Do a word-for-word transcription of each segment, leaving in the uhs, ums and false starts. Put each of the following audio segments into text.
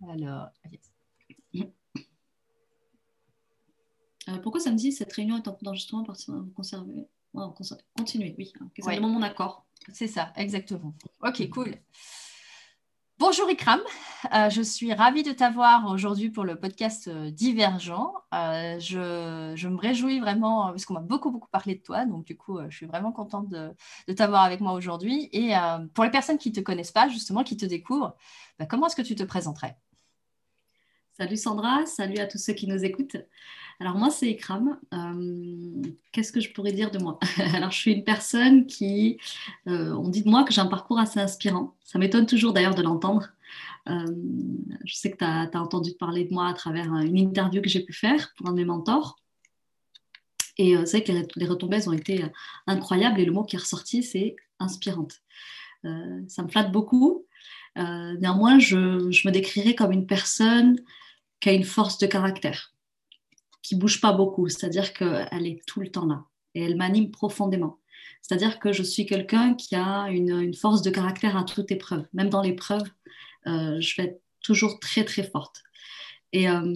Alors, yes. Euh, pourquoi ça me dit cette réunion est en cours d'enregistrement par conserver ouais, continuer, oui. Okay, ça ouais. me demande mon accord. C'est ça, exactement. Ok, cool. Bonjour Ikram, euh, je suis ravie de t'avoir aujourd'hui pour le podcast euh, Divergent. Euh, je, je me réjouis vraiment, parce qu'on m'a beaucoup, beaucoup parlé de toi, donc du coup, euh, je suis vraiment contente de, de t'avoir avec moi aujourd'hui. Et euh, pour les personnes qui ne te connaissent pas, justement, qui te découvrent, bah, comment est-ce que tu te présenterais ? Salut Sandra, salut à tous ceux qui nous écoutent. Alors moi, c'est Ikram. Euh, qu'est-ce que je pourrais dire de moi ? Alors je suis une personne qui, euh, on dit de moi que j'ai un parcours assez inspirant. Ça m'étonne toujours d'ailleurs de l'entendre. Euh, je sais que tu as entendu parler de moi à travers une interview que j'ai pu faire pour un de mes mentors. Et euh, c'est vrai que les, les retombées ont été incroyables et le mot qui est ressorti, c'est inspirante. Euh, ça me flatte beaucoup. Euh, néanmoins, je, je me décrirais comme une personne qui a une force de caractère, qui ne bouge pas beaucoup, c'est-à-dire qu'elle est tout le temps là et elle m'anime profondément. C'est-à-dire que je suis quelqu'un qui a une, une force de caractère à toute épreuve. Même dans l'épreuve, euh, je vais être toujours très, très forte. Et, euh,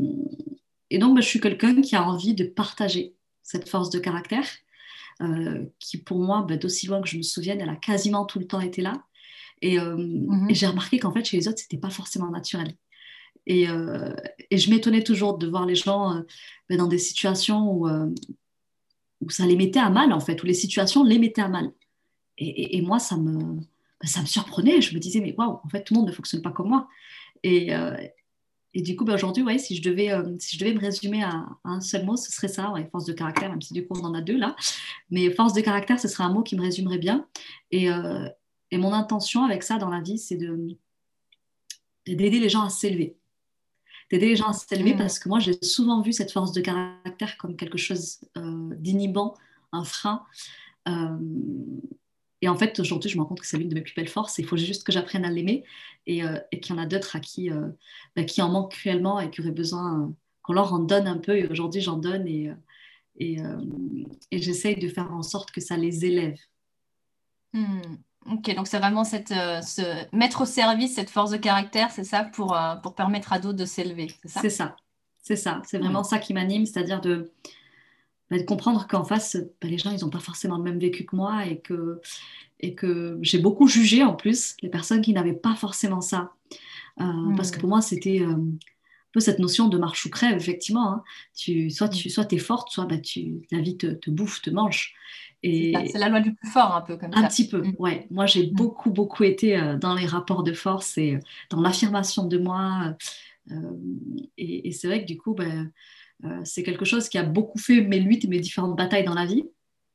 et donc, bah, je suis quelqu'un qui a envie de partager cette force de caractère, euh, qui pour moi, bah, d'aussi loin que je me souvienne, elle a quasiment tout le temps été là. Et, euh, mm-hmm. et j'ai remarqué qu'en fait, chez les autres, ce n'était pas forcément naturel. Et, euh, et je m'étonnais toujours de voir les gens euh, dans des situations où, euh, où ça les mettait à mal, en fait, où les situations les mettaient à mal. Et, et, et moi, ça me, ça me surprenait. Je me disais, mais waouh, en fait, tout le monde ne fonctionne pas comme moi. Et, euh, et du coup, bah, aujourd'hui, ouais, si, je devais, euh, si je devais me résumer à, à un seul mot, ce serait ça, ouais, force de caractère, même si du coup, on en a deux là. Mais force de caractère, ce serait un mot qui me résumerait bien. Et, euh, et mon intention avec ça dans la vie, c'est de, d'aider les gens à s'élever. D'aider les gens à s'élever mmh. parce que moi, j'ai souvent vu cette force de caractère comme quelque chose euh, d'inhibant, un frein. Euh, et en fait, aujourd'hui, je me rends compte que c'est l'une de mes plus belles forces. Il faut juste que j'apprenne à l'aimer et, euh, et qu'il y en a d'autres à qui, euh, bah, qui en manquent cruellement et qui auraient besoin euh, qu'on leur en donne un peu. Et aujourd'hui, j'en donne et, et, euh, et j'essaye de faire en sorte que ça les élève. Mmh. Ok, donc c'est vraiment cette, euh, ce, mettre au service cette force de caractère, c'est ça, pour, euh, pour permettre à d'autres de s'élever, c'est ça ? C'est ça, c'est ça. C'est vraiment mmh. ça qui m'anime, c'est-à-dire de, bah, de comprendre qu'en face, bah, les gens, ils n'ont pas forcément le même vécu que moi et que, et que j'ai beaucoup jugé en plus les personnes qui n'avaient pas forcément ça. Euh, mmh. Parce que pour moi, c'était euh, un peu cette notion de marche ou crève, effectivement. Hein. Tu, soit tu soit es forte, soit bah, tu, la vie te, te bouffe, te mange. Et... C'est, c'est la loi du plus fort, un peu comme un ça. Un petit peu, mmh. ouais. Moi, j'ai mmh. beaucoup, beaucoup été euh, dans les rapports de force et euh, dans l'affirmation de moi. Euh, et, et c'est vrai que du coup, bah, euh, c'est quelque chose qui a beaucoup fait mes luttes et mes différentes batailles dans la vie.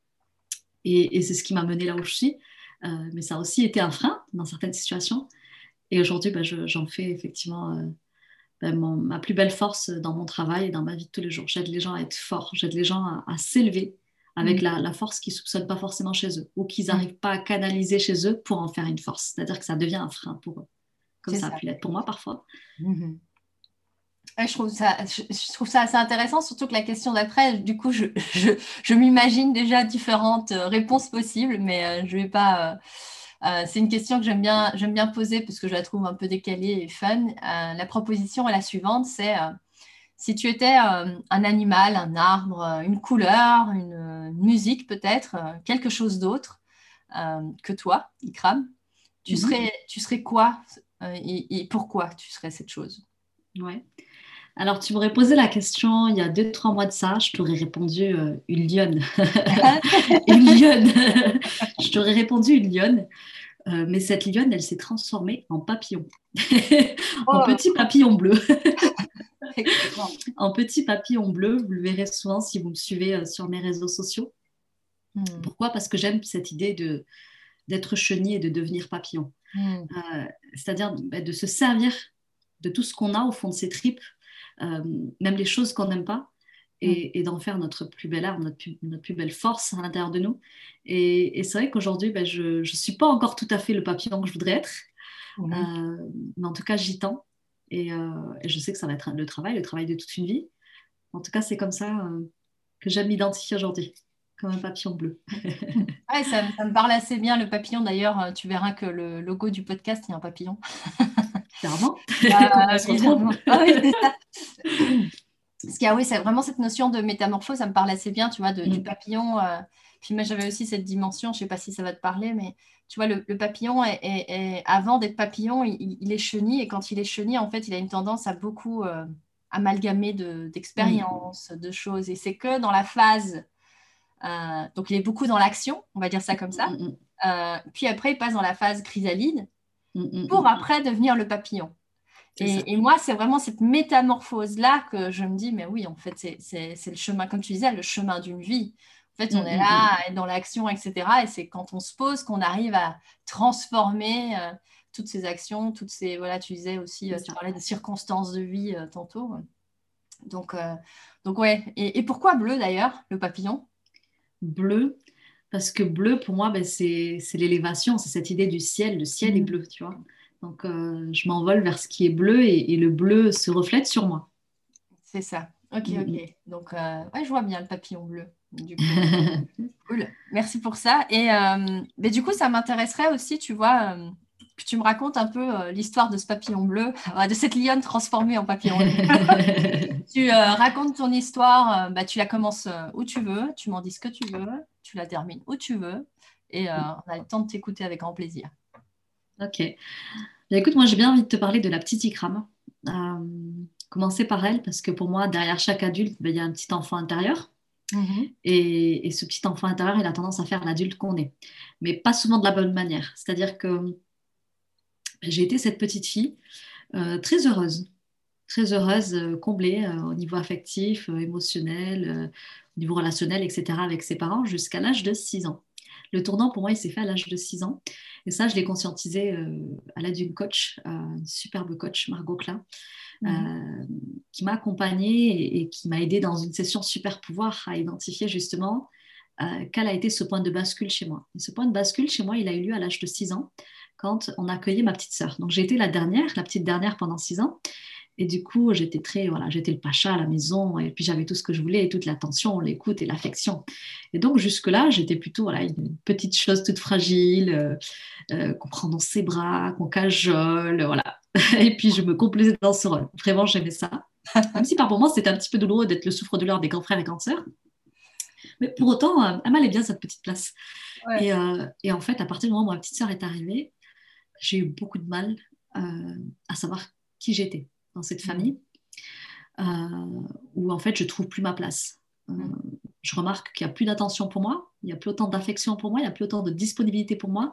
Et, et c'est ce qui m'a menée là où je suis. Euh, mais ça a aussi été un frein dans certaines situations. Et aujourd'hui, bah, je, j'en fais effectivement euh, bah, mon, ma plus belle force dans mon travail et dans ma vie de tous les jours. J'aide les gens à être forts, j'aide les gens à, à s'élever avec mmh. la, la force qu'ils ne soupçonnent pas forcément chez eux ou qu'ils n'arrivent mmh. pas à canaliser chez eux pour en faire une force. C'est-à-dire que ça devient un frein pour eux, comme ça, ça a pu l'être pour moi parfois. Mmh. Je trouve, ça, je, je trouve ça assez intéressant, surtout que la question d'après, du coup, je, je, je m'imagine déjà différentes réponses possibles, mais euh, je vais pas... Euh, euh, c'est une question que j'aime bien, j'aime bien poser parce que je la trouve un peu décalée et fun. Euh, la proposition est la suivante, c'est euh, si tu étais euh, un animal, un arbre, une couleur, une, une musique peut-être, euh, quelque chose d'autre euh, que toi, Ikram, tu, mm-hmm. serais, tu serais quoi euh, et, et pourquoi tu serais cette chose ? Ouais. Alors, tu m'aurais posé la question il y a deux, trois mois de ça, je t'aurais répondu euh, une lionne. Une lionne. Je t'aurais répondu une lionne. Euh, mais cette lionne, elle s'est transformée en papillon. En oh. petit papillon bleu. En petit papillon bleu, vous le verrez souvent si vous me suivez euh, sur mes réseaux sociaux. Mm. Pourquoi ? Parce que j'aime cette idée de, d'être chenille et de devenir papillon. Mm. Euh, c'est-à-dire bah, de se servir de tout ce qu'on a au fond de ses tripes, euh, même les choses qu'on n'aime pas, et, mm. et d'en faire notre plus belle arme, notre plus, notre plus belle force à l'intérieur de nous. Et, et c'est vrai qu'aujourd'hui, ben, je ne suis pas encore tout à fait le papillon que je voudrais être, mm. euh, mais en tout cas, j'y tends. Et, euh, et je sais que ça va être le travail, le travail de toute une vie. En tout cas, c'est comme ça euh, que j'aime m'identifier aujourd'hui, comme un papillon bleu. Ouais, ça, ça me parle assez bien, le papillon. D'ailleurs, tu verras que le logo du podcast, il y a un papillon. Clairement. Comment Euh, on se retrouve. bizarrement. Ah oui, c'est ça. Parce qu'il y a, oui, c'est vraiment cette notion de métamorphose, ça me parle assez bien, tu vois, de- du Mm, papillon. euh. Puis moi, j'avais aussi cette dimension, je sais pas si ça va te parler, mais tu vois, le, le papillon, est, est- est- avant d'être papillon, il, il- il est chenille, et quand il est chenille, en fait, il a une tendance à beaucoup euh, amalgamer de- mm, d'expériences, de choses. Et c'est que dans la phase, euh, donc il est beaucoup dans l'action, on va dire ça comme ça. mm, Euh, puis après, il passe dans la phase chrysalide, mm, mm, pour mm. après devenir le papillon. C'est ça. Et, et moi, c'est vraiment cette métamorphose-là que je me dis, mais oui, en fait, c'est c'est- c'est le chemin, comme tu disais, le chemin d'une vie. En fait, Mm, on est mm, là, mm. à être dans l'action, et cetera. Et c'est quand on se pose qu'on arrive à transformer euh, toutes ces actions, toutes ces, voilà, tu disais aussi, C'est euh, tu ça. parlais de circonstances de vie euh, tantôt. Donc, euh, donc ouais. Et, et pourquoi bleu d'ailleurs, le papillon? Bleu, parce que bleu, pour moi, ben, c'est c'est l'élévation, c'est cette idée du ciel. Le ciel est Mhm. bleu, tu vois. Donc, euh, je m'envole vers ce qui est bleu et, et le bleu se reflète sur moi. C'est ça. Ok, Mm, ok. Donc, euh, ouais, je vois bien le papillon bleu, du coup. mm. Cool, merci pour ça. Et euh, mais du coup, ça m'intéresserait aussi, tu vois, euh, que tu me racontes un peu euh, l'histoire de ce papillon bleu, euh, de cette lionne transformée en papillon bleu. Tu euh, racontes ton histoire, euh, bah, tu la commences euh, où tu veux, tu m'en dis ce que tu veux, tu la termines où tu veux, et euh, on a le temps de t'écouter avec grand plaisir. Ok. Bah, écoute, moi j'ai bien envie de te parler de la petite Ikram. Euh, commencer par elle, parce que pour moi, derrière chaque adulte, bah, il y a un petit enfant intérieur. Mhm. Et, et ce petit enfant intérieur, il a tendance à faire l'adulte qu'on est. Mais pas souvent de la bonne manière. C'est-à-dire que bah, j'ai été cette petite fille euh, très heureuse. Très heureuse, euh, comblée euh, au niveau affectif, euh, émotionnel, euh, au niveau relationnel, et cetera avec ses parents jusqu'à l'âge de six ans. Le tournant, pour moi, il s'est fait à l'âge de six ans. Et ça, je l'ai conscientisé euh, à l'aide d'une coach, euh, une superbe coach, Margot Klein, euh, Mhm. qui m'a accompagnée et, et qui m'a aidée dans une session super pouvoir à identifier justement euh, quel a été ce point de bascule chez moi. Et ce point de bascule chez moi, il a eu lieu à l'âge de six ans, quand on a accueilli ma petite sœur. Donc j'ai été la dernière, la petite dernière pendant six ans. Et du coup, j'étais très, voilà, j'étais le pacha à la maison, et puis j'avais tout ce que je voulais, toute l'attention, l'écoute et l'affection. Et donc, jusque-là, j'étais plutôt, voilà, une petite chose toute fragile, euh, euh, qu'on prend dans ses bras, qu'on cajole, voilà. Et puis, je me complaisais dans ce rôle. Vraiment, j'aimais ça. Même si par moments, c'était un petit peu douloureux d'être le souffre-douleur des grands frères et grandes sœurs. Mais pour autant, euh, elle m'allait bien, cette petite place. Ouais. Et, euh, et en fait, à partir du moment où ma petite sœur est arrivée, j'ai eu beaucoup de mal euh, à savoir qui j'étais dans cette Mhm. famille, euh, où en fait je trouve plus ma place. Euh, Mhm. je remarque qu'il n'y a plus d'attention pour moi, il n'y a plus autant d'affection pour moi, il n'y a plus autant de disponibilité pour moi.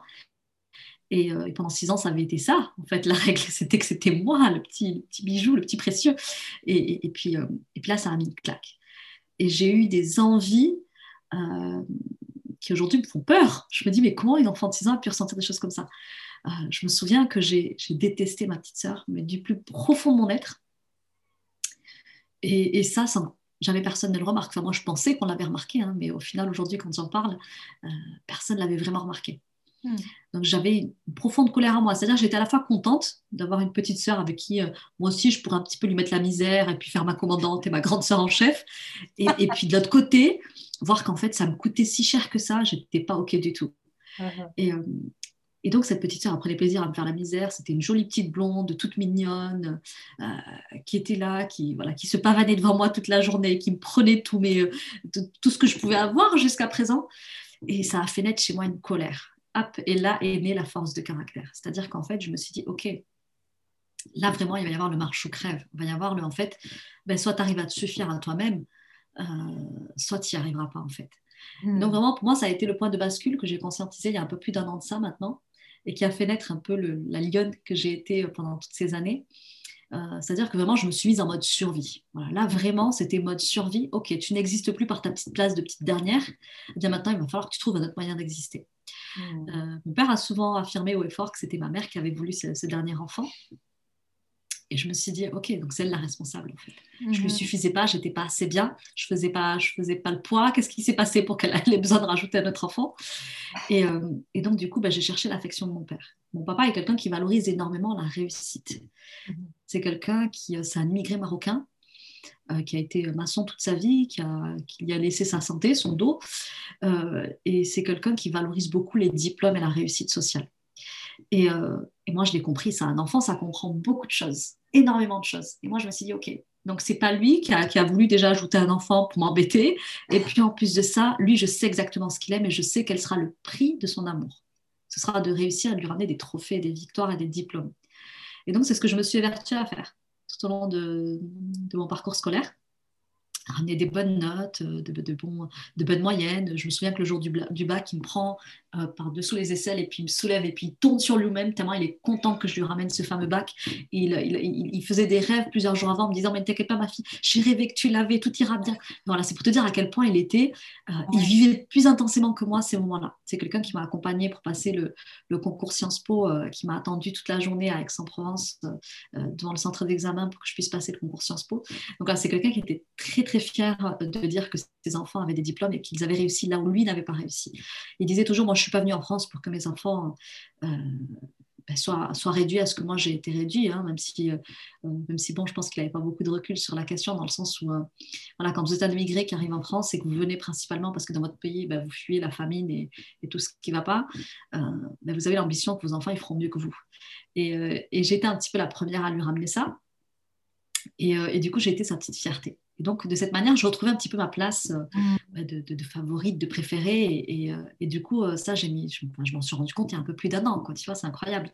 Et, euh, et pendant six ans, ça avait été ça. En fait, la règle, c'était que c'était moi, le petit, le petit bijou, le petit précieux. Et, et, et puis, euh, et puis là, ça a mis une claque. Et j'ai eu des envies euh, qui aujourd'hui me font peur. Je me dis, mais comment une enfant de six ans a pu ressentir des choses comme ça? Euh, Je me souviens que j'ai j'ai détesté ma petite sœur, mais du plus profond de mon être. Et, et ça, ça jamais personne ne le remarque. Enfin, moi, je pensais qu'on l'avait remarqué, hein, mais au final, aujourd'hui, quand j'en parle, euh, personne ne l'avait vraiment remarqué. Mhm. Donc, j'avais une profonde colère en moi. C'est-à-dire que j'étais à la fois contente d'avoir une petite sœur avec qui, euh, moi aussi, je pourrais un petit peu lui mettre la misère et puis faire ma commandante et ma grande sœur en chef. Et, et puis, de l'autre côté, voir qu'en fait, ça me coûtait si cher que ça, j'étais pas OK du tout. Mhm. Et, euh, et donc, cette petite sœur a pris plaisir à me faire la misère. C'était une jolie petite blonde, toute mignonne, euh, qui était là, qui, voilà, qui se pavanait devant moi toute la journée, qui me prenait tout, mes, euh, tout, tout ce que je pouvais avoir jusqu'à présent. Et ça a fait naître chez moi une colère. Hop, et là est née la force de caractère. C'est-à-dire qu'en fait, je me suis dit, OK, là vraiment, il va y avoir le marche ou crève. Il va y avoir le, en fait, ben, soit tu arrives à te suffire à toi-même, euh, soit tu n'y arriveras pas, en fait. Et donc Mhm. vraiment, pour moi, ça a été le point de bascule que j'ai conscientisé il y a un peu plus d'un an de ça maintenant, et qui a fait naître un peu le- la lionne que j'ai été pendant toutes ces années. Euh, c'est-à-dire que vraiment, je me suis mise en mode survie. Voilà, là, vraiment, c'était mode survie. Ok, tu n'existes plus par ta petite place de petite dernière. Eh bien maintenant, il va falloir que tu trouves un autre moyen d'exister. Mhm. Euh, mon père a souvent affirmé haut et fort que c'était ma mère qui avait voulu ce, ce dernier enfant. Et je me suis dit, ok, donc c'est elle la responsable en fait. Je lui Mhm. suffisais pas, j'étais pas assez bien, je faisais pas, je faisais pas le poids. Qu'est-ce qui s'est passé pour qu'elle ait besoin de rajouter un autre enfant? Et, euh, et donc du coup, bah, j'ai cherché l'affection de mon père. Mon papa est quelqu'un qui valorise énormément la réussite. Mhm. C'est quelqu'un qui, euh, c'est un immigré marocain euh, qui a été maçon toute sa vie, qui a, qui a laissé sa santé, son dos, euh, et c'est quelqu'un qui valorise beaucoup les diplômes et la réussite sociale. Et, euh, Et moi, je l'ai compris, ça, un enfant, ça comprend beaucoup de choses, énormément de choses. Et moi, je me suis dit, OK, donc c'est pas lui qui a, qui a voulu déjà ajouter un enfant pour m'embêter. Et puis en plus de ça, lui, je sais exactement ce qu'il aime et je sais quel sera le prix de son amour. Ce sera de réussir à lui ramener des trophées, des victoires et des diplômes. Et donc, c'est ce que je me suis évertuée à faire tout au long de, de mon parcours scolaire. Ramener des bonnes notes, euh, de, de, bons, de bonnes moyennes. Je me souviens que le jour du, du bac, il me prend euh, par-dessous les aisselles et puis il me soulève et puis il tourne sur lui-même tellement il est content que je lui ramène ce fameux bac. Il, il, il, il faisait des rêves plusieurs jours avant en me disant mais ne t'inquiète pas ma fille, j'ai rêvé que tu l'avais, tout ira bien. Voilà, c'est pour te dire à quel point il était, euh, il vivait plus intensément que moi ces moments-là. C'est quelqu'un qui m'a accompagné pour passer le, le concours Sciences Po, euh, qui m'a attendu toute la journée à Aix-en-Provence euh, devant le centre d'examen pour que je puisse passer le concours Sciences Po. Donc là, c'est quelqu'un qui était très très fier de dire que ses enfants avaient des diplômes et qu'ils avaient réussi là où lui n'avait pas réussi. Il disait toujours, moi je ne suis pas venu en France pour que mes enfants euh, ben, soient, soient réduits à ce que moi j'ai été réduit, hein, même, si, euh, même si bon, je pense qu'il n'avait pas beaucoup de recul sur la question, dans le sens où euh, voilà, quand vous êtes un immigré qui arrive en France et que vous venez principalement parce que dans votre pays, ben, vous fuyez la famine et, et tout ce qui ne va pas, euh, ben, vous avez l'ambition que vos enfants ils feront mieux que vous. Et, euh, et j'étais un petit peu la première à lui ramener ça. Et, euh, et du coup, j'ai été sa petite fierté. Et donc, de cette manière, je retrouvais un petit peu ma place Mm. euh, de, de, de favorite, de préférée. Et, et, euh, et du coup, euh, ça, j'ai mis, je, enfin, je m'en suis rendu compte il y a un peu plus d'un an, quoi. Tu vois, c'est incroyable.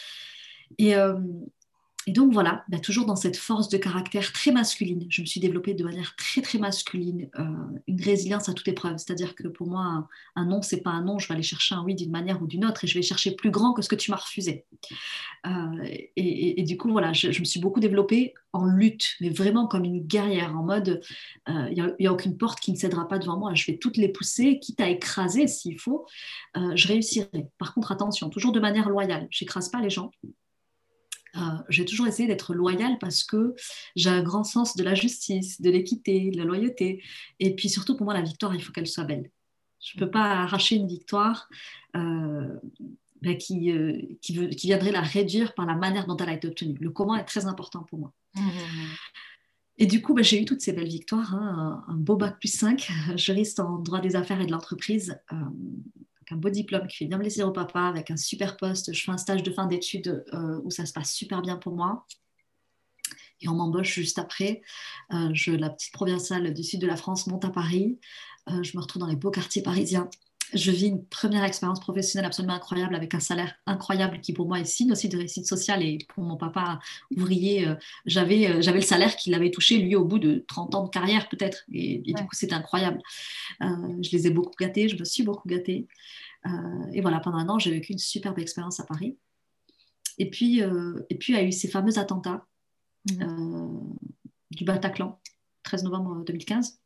Et, euh, et donc voilà, bah, toujours dans cette force de caractère très masculine, je me suis développée de manière très très masculine, euh, une résilience à toute épreuve. C'est-à-dire que pour moi, un, un non, c'est pas un non, je vais aller chercher un oui d'une manière ou d'une autre et je vais chercher plus grand que ce que tu m'as refusé. Euh, et, et, et, du coup, voilà, je, je, me suis beaucoup développée en lutte, mais vraiment comme une guerrière, en mode, il euh, n'y a, y a aucune porte qui ne cédera pas devant moi, je vais toutes les pousser, quitte à écraser s'il faut, euh, je réussirai. Par contre, attention, toujours de manière loyale, j'écrase pas les gens. Euh, j'ai toujours essayé d'être loyale parce que j'ai un grand sens de la justice, de l'équité, de la loyauté. Et puis surtout, pour moi, la victoire, il faut qu'elle soit belle. Je ne peux pas arracher une victoire euh, ben, qui, euh, qui, veut, qui viendrait la réduire par la manière dont elle a été obtenue. Le comment est très important pour moi. Mmh. Et du coup, ben, j'ai eu toutes ces belles victoires, hein, un, un beau bac plus cinq, juriste en droit des affaires et de l'entreprise, euh, avec un beau diplôme qui fait bien plaisir au papa, avec un super poste. Je fais un stage de fin d'études euh, où ça se passe super bien pour moi. Et on m'embauche juste après. Euh, je, la petite provinciale du sud de la France monte à Paris. Euh, je me retrouve dans les beaux quartiers parisiens. Je vis une première expérience professionnelle absolument incroyable avec un salaire incroyable qui pour moi est signe aussi de réussite sociale et pour mon papa ouvrier, euh, j'avais, euh, j'avais le salaire qu'il avait touché lui au bout de trente ans de carrière peut-être et, et ouais. Du coup c'était incroyable. Euh, je les ai beaucoup gâtés, je me suis beaucoup gâtée euh, et voilà, pendant un an j'ai vécu une superbe expérience à Paris et puis, euh, et puis il y a eu ces fameux attentats mmh. euh, du Bataclan, treize novembre deux mille quinze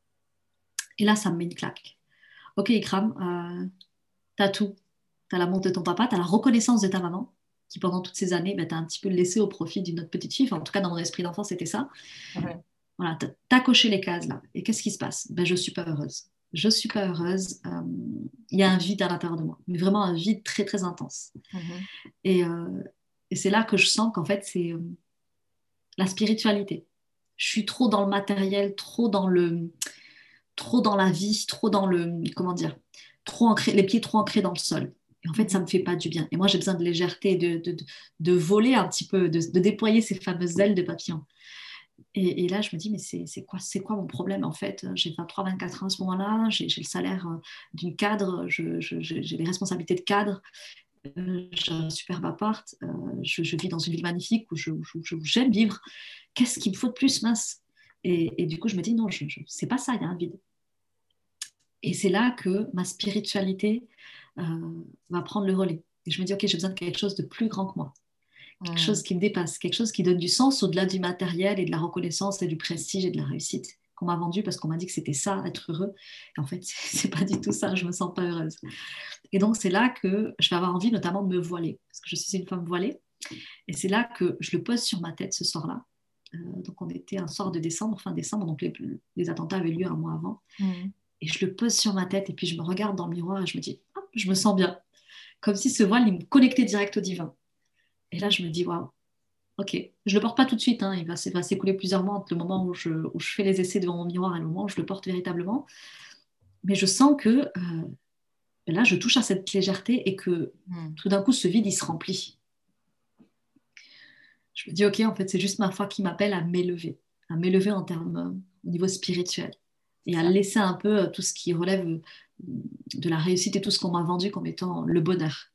et là ça me met une claque. Ok, Ikram, euh, t'as tout. T'as l'amour de ton papa, t'as la reconnaissance de ta maman, qui pendant toutes ces années, bah, t'as un petit peu laissé au profit d'une autre petite fille. Enfin, en tout cas, dans mon esprit d'enfant, c'était ça. Ouais. Voilà, t'as, t'as coché les cases là. Et qu'est-ce qui se passe? Ben, je suis pas heureuse. Je suis pas heureuse. Il euh, y a un vide à l'intérieur de moi, mais vraiment un vide très très intense. Mm-hmm. Et, euh, et c'est là que je sens qu'en fait, c'est euh, la spiritualité. Je suis trop dans le matériel, trop dans le, trop dans la vie, trop dans le, comment dire, trop ancré, les pieds trop ancrés dans le sol. Et en fait, ça ne me fait pas du bien. Et moi, j'ai besoin de légèreté, de, de, de voler un petit peu, de, de déployer ces fameuses ailes de papillon. Et, et là, je me dis, mais c'est, c'est, quoi, c'est quoi mon problème en fait? J'ai vingt-trois vingt-quatre ans à ce moment-là, j'ai, j'ai le salaire d'une cadre, je, je, j'ai les responsabilités de cadre, euh, j'ai un superbe appart, euh, je, je vis dans une ville magnifique où, je, où, je, où j'aime vivre. Qu'est-ce qu'il me faut de plus, mince? et, et du coup, je me dis, non, je, je, c'est pas ça, il y a un vide. Et c'est là que ma spiritualité euh, va prendre le relais. Et je me dis, OK, j'ai besoin de quelque chose de plus grand que moi. Quelque mmh. chose qui me dépasse, quelque chose qui donne du sens au-delà du matériel et de la reconnaissance et du prestige et de la réussite qu'on m'a vendu parce qu'on m'a dit que c'était ça, être heureux. Et en fait, c'est pas du tout ça, je me sens pas heureuse. Et donc, c'est là que je vais avoir envie notamment de me voiler, parce que je suis une femme voilée. Et c'est là que je le pose sur ma tête ce soir-là. Euh, donc, on était un soir de décembre, fin décembre, donc les, les attentats avaient lieu un mois avant. Mmh. Et je le pose sur ma tête et puis je me regarde dans le miroir et je me dis, oh, je me sens bien. Comme si ce voile, il me connectait direct au divin. Et là, je me dis, waouh, ok. Je ne le porte pas tout de suite. Hein. Il va, va s'écouler plusieurs mois entre le moment où je, où je fais les essais devant mon miroir et le moment où je le porte véritablement. Mais je sens que euh, là, je touche à cette légèreté et que mm. tout d'un coup, ce vide, il se remplit. Je me dis, ok, en fait, c'est juste ma foi qui m'appelle à m'élever, à m'élever en termes euh, au niveau spirituel et C'est à ça. laisser un peu euh, tout ce qui relève euh, de la réussite et tout ce qu'on m'a vendu comme étant le bonheur.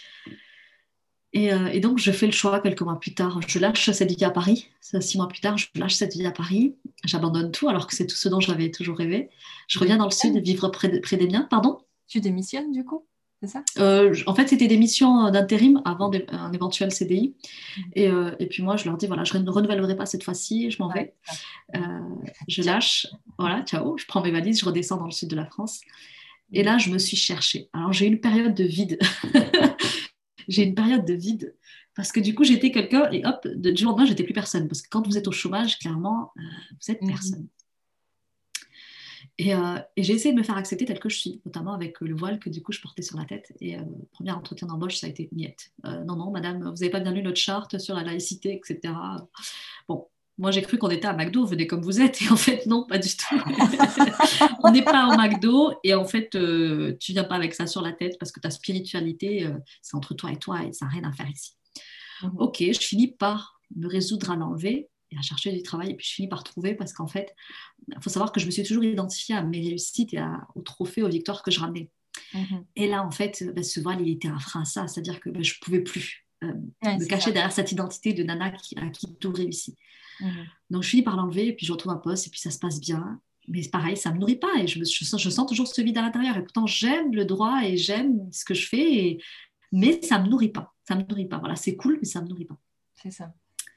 Et, euh, et donc, je fais le choix quelques mois plus tard. Je lâche cette vie à Paris. Ça, Six mois plus tard, je lâche cette vie à Paris. J'abandonne tout alors que c'est tout ce dont j'avais toujours rêvé. Je Tu reviens dans le sud démissionnes? vivre près, de- près des miens. Pardon? Tu démissionnes du coup, c'est ça? Euh, en fait, c'était des missions d'intérim avant des- un éventuel C D I. Mhm. Et, euh, et puis moi, je leur dis, voilà, je ne renouvellerai pas cette fois-ci, je m'en Ouais, vais. c'est ça. Euh, Mhm. je Ciao. lâche, voilà, ciao, je prends mes valises, je redescends dans le sud de la France. Et Mhm. là, je me suis cherchée. Alors, j'ai eu une période de vide. J'ai une période de vide. Parce que du coup, j'étais quelqu'un et hop, de, du jour au lendemain, j'étais plus personne. Parce que quand vous êtes au chômage, clairement, euh, vous êtes Mhm. personne. Et, euh, et j'ai essayé de me faire accepter tel que je suis, notamment avec le voile que du coup je portais sur la tête. Et euh, premier entretien d'embauche, ça a été niette. Euh, non, non, madame, vous n'avez pas bien lu notre charte sur la laïcité, et cetera. Bon, moi j'ai cru qu'on était à McDo, venez comme vous êtes. Et en fait, non, pas du tout. On n'est pas au McDo. Et en fait, euh, tu viens pas avec ça sur la tête parce que ta spiritualité, euh, c'est entre toi et toi et ça n'a rien à faire ici. Mhm. Ok, je finis par me résoudre à l'enlever et à chercher du travail. Et puis je finis par trouver parce qu'en fait, il faut savoir que je me suis toujours identifiée à mes réussites et à, aux trophées, aux victoires que je ramenais. Mhm. Et là, en fait, ben, ce voile, il était un frein à ça. C'est-à-dire que ben, je ne pouvais plus euh, Ouais, me c'est ça. cacher derrière cette identité de nana qui, à qui tout réussit. Mhm. Donc, je finis par l'enlever et puis je retrouve un poste et puis ça se passe bien. Mais c'est pareil, ça ne me nourrit pas et je, me, je, sens, je sens toujours ce vide à l'intérieur. Et pourtant, j'aime le droit et j'aime ce que je fais, et, mais ça ne me nourrit pas. Ça me nourrit pas. Voilà, c'est cool, mais ça ne me nourrit pas. C'est ça.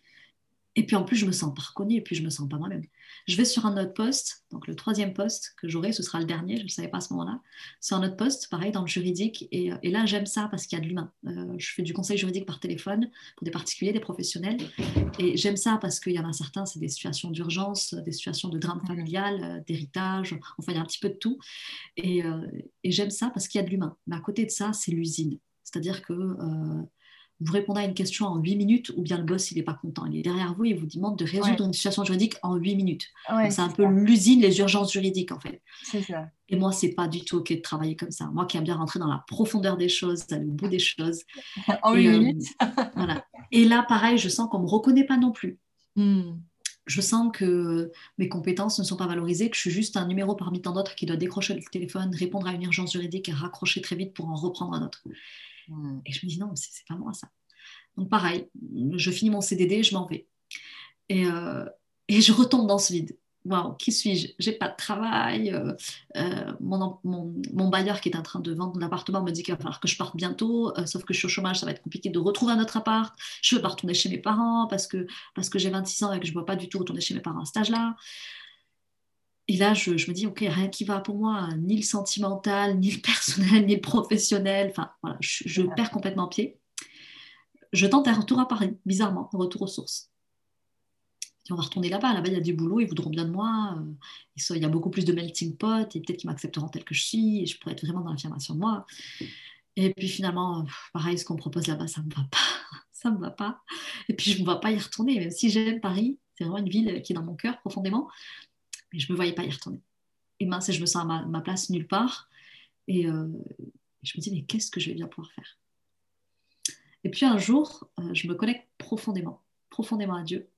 Et puis en plus, je me sens pas reconnue et puis je me sens pas moi-même. Je vais sur un autre poste, donc le troisième poste que j'aurai, ce sera le dernier, je ne le savais pas à ce moment-là. C'est un autre poste, pareil, dans le juridique. Et, et là, j'aime ça parce qu'il y a de l'humain. Euh, je fais du conseil juridique par téléphone pour des particuliers, des professionnels. Et j'aime ça parce qu'il y en a certains, c'est des situations d'urgence, des situations de drame Mhm. familial, euh, d'héritage, enfin, il y a un petit peu de tout. Et, euh, et j'aime ça parce qu'il y a de l'humain. Mais à côté de ça, c'est l'usine. C'est-à-dire que euh, vous répondez à une question en huit minutes ou bien le boss, il n'est pas content. Il est derrière vous et vous demande de Ouais, résoudre une situation juridique en huit minutes. ouais, Donc, c'est un c'est peu ça. l'usine, les urgences juridiques, en fait. C'est ça. Et moi, c'est pas du tout OK de travailler comme ça. Moi qui aime bien rentrer dans la profondeur des choses, aller au bout des choses. En huit Et euh, minutes. voilà. Et là, pareil, je sens qu'on ne me reconnaît pas non plus. Hmm. Je sens que mes compétences ne sont pas valorisées, que je suis juste un numéro parmi tant d'autres qui doit décrocher le téléphone, répondre à une urgence juridique et raccrocher très vite pour en reprendre un autre. Hmm. Et je me dis non, c'est c'est pas moi ça. Donc pareil, je finis mon C D D, je m'en vais. Et, euh, et je retombe dans ce vide. Waouh, qui suis-je? J'ai pas de travail. euh, euh, mon, mon, mon bailleur qui est en train de vendre l'appartement me dit qu'il va falloir que je parte bientôt, euh, sauf que je suis au chômage, ça va être compliqué de retrouver un autre appart. Je ne veux pas retourner chez mes parents parce que, parce que j'ai vingt-six ans et que je ne vois pas du tout retourner chez mes parents à cet âge-là. Et là, je, je me dis, OK, rien qui va pour moi, ni le sentimental, ni le personnel, ni le professionnel. Enfin, voilà, je, je perds complètement pied. Je tente un retour à Paris, bizarrement, un retour aux sources. Et on va retourner là-bas. Là-bas, il y a du boulot, ils voudront bien de moi. euh, ils sont- Il y a beaucoup plus de melting pot et peut-être qu'ils m'accepteront tel que je suis et je pourrais être vraiment dans l'affirmation de moi. Et puis finalement, pff, pareil, ce qu'on me propose là-bas, ça ne me va pas. Ça ne me va pas. Et puis je ne me vois pas y retourner. Même si j'aime Paris, c'est vraiment une ville qui est dans mon cœur profondément, mais je ne me voyais pas y retourner. Et mince, et je me sens à ma, ma place nulle part. Et euh, je me dis, mais qu'est-ce que je vais bien pouvoir faire? Et puis un jour, euh, je me connecte profondément, profondément à Dieu.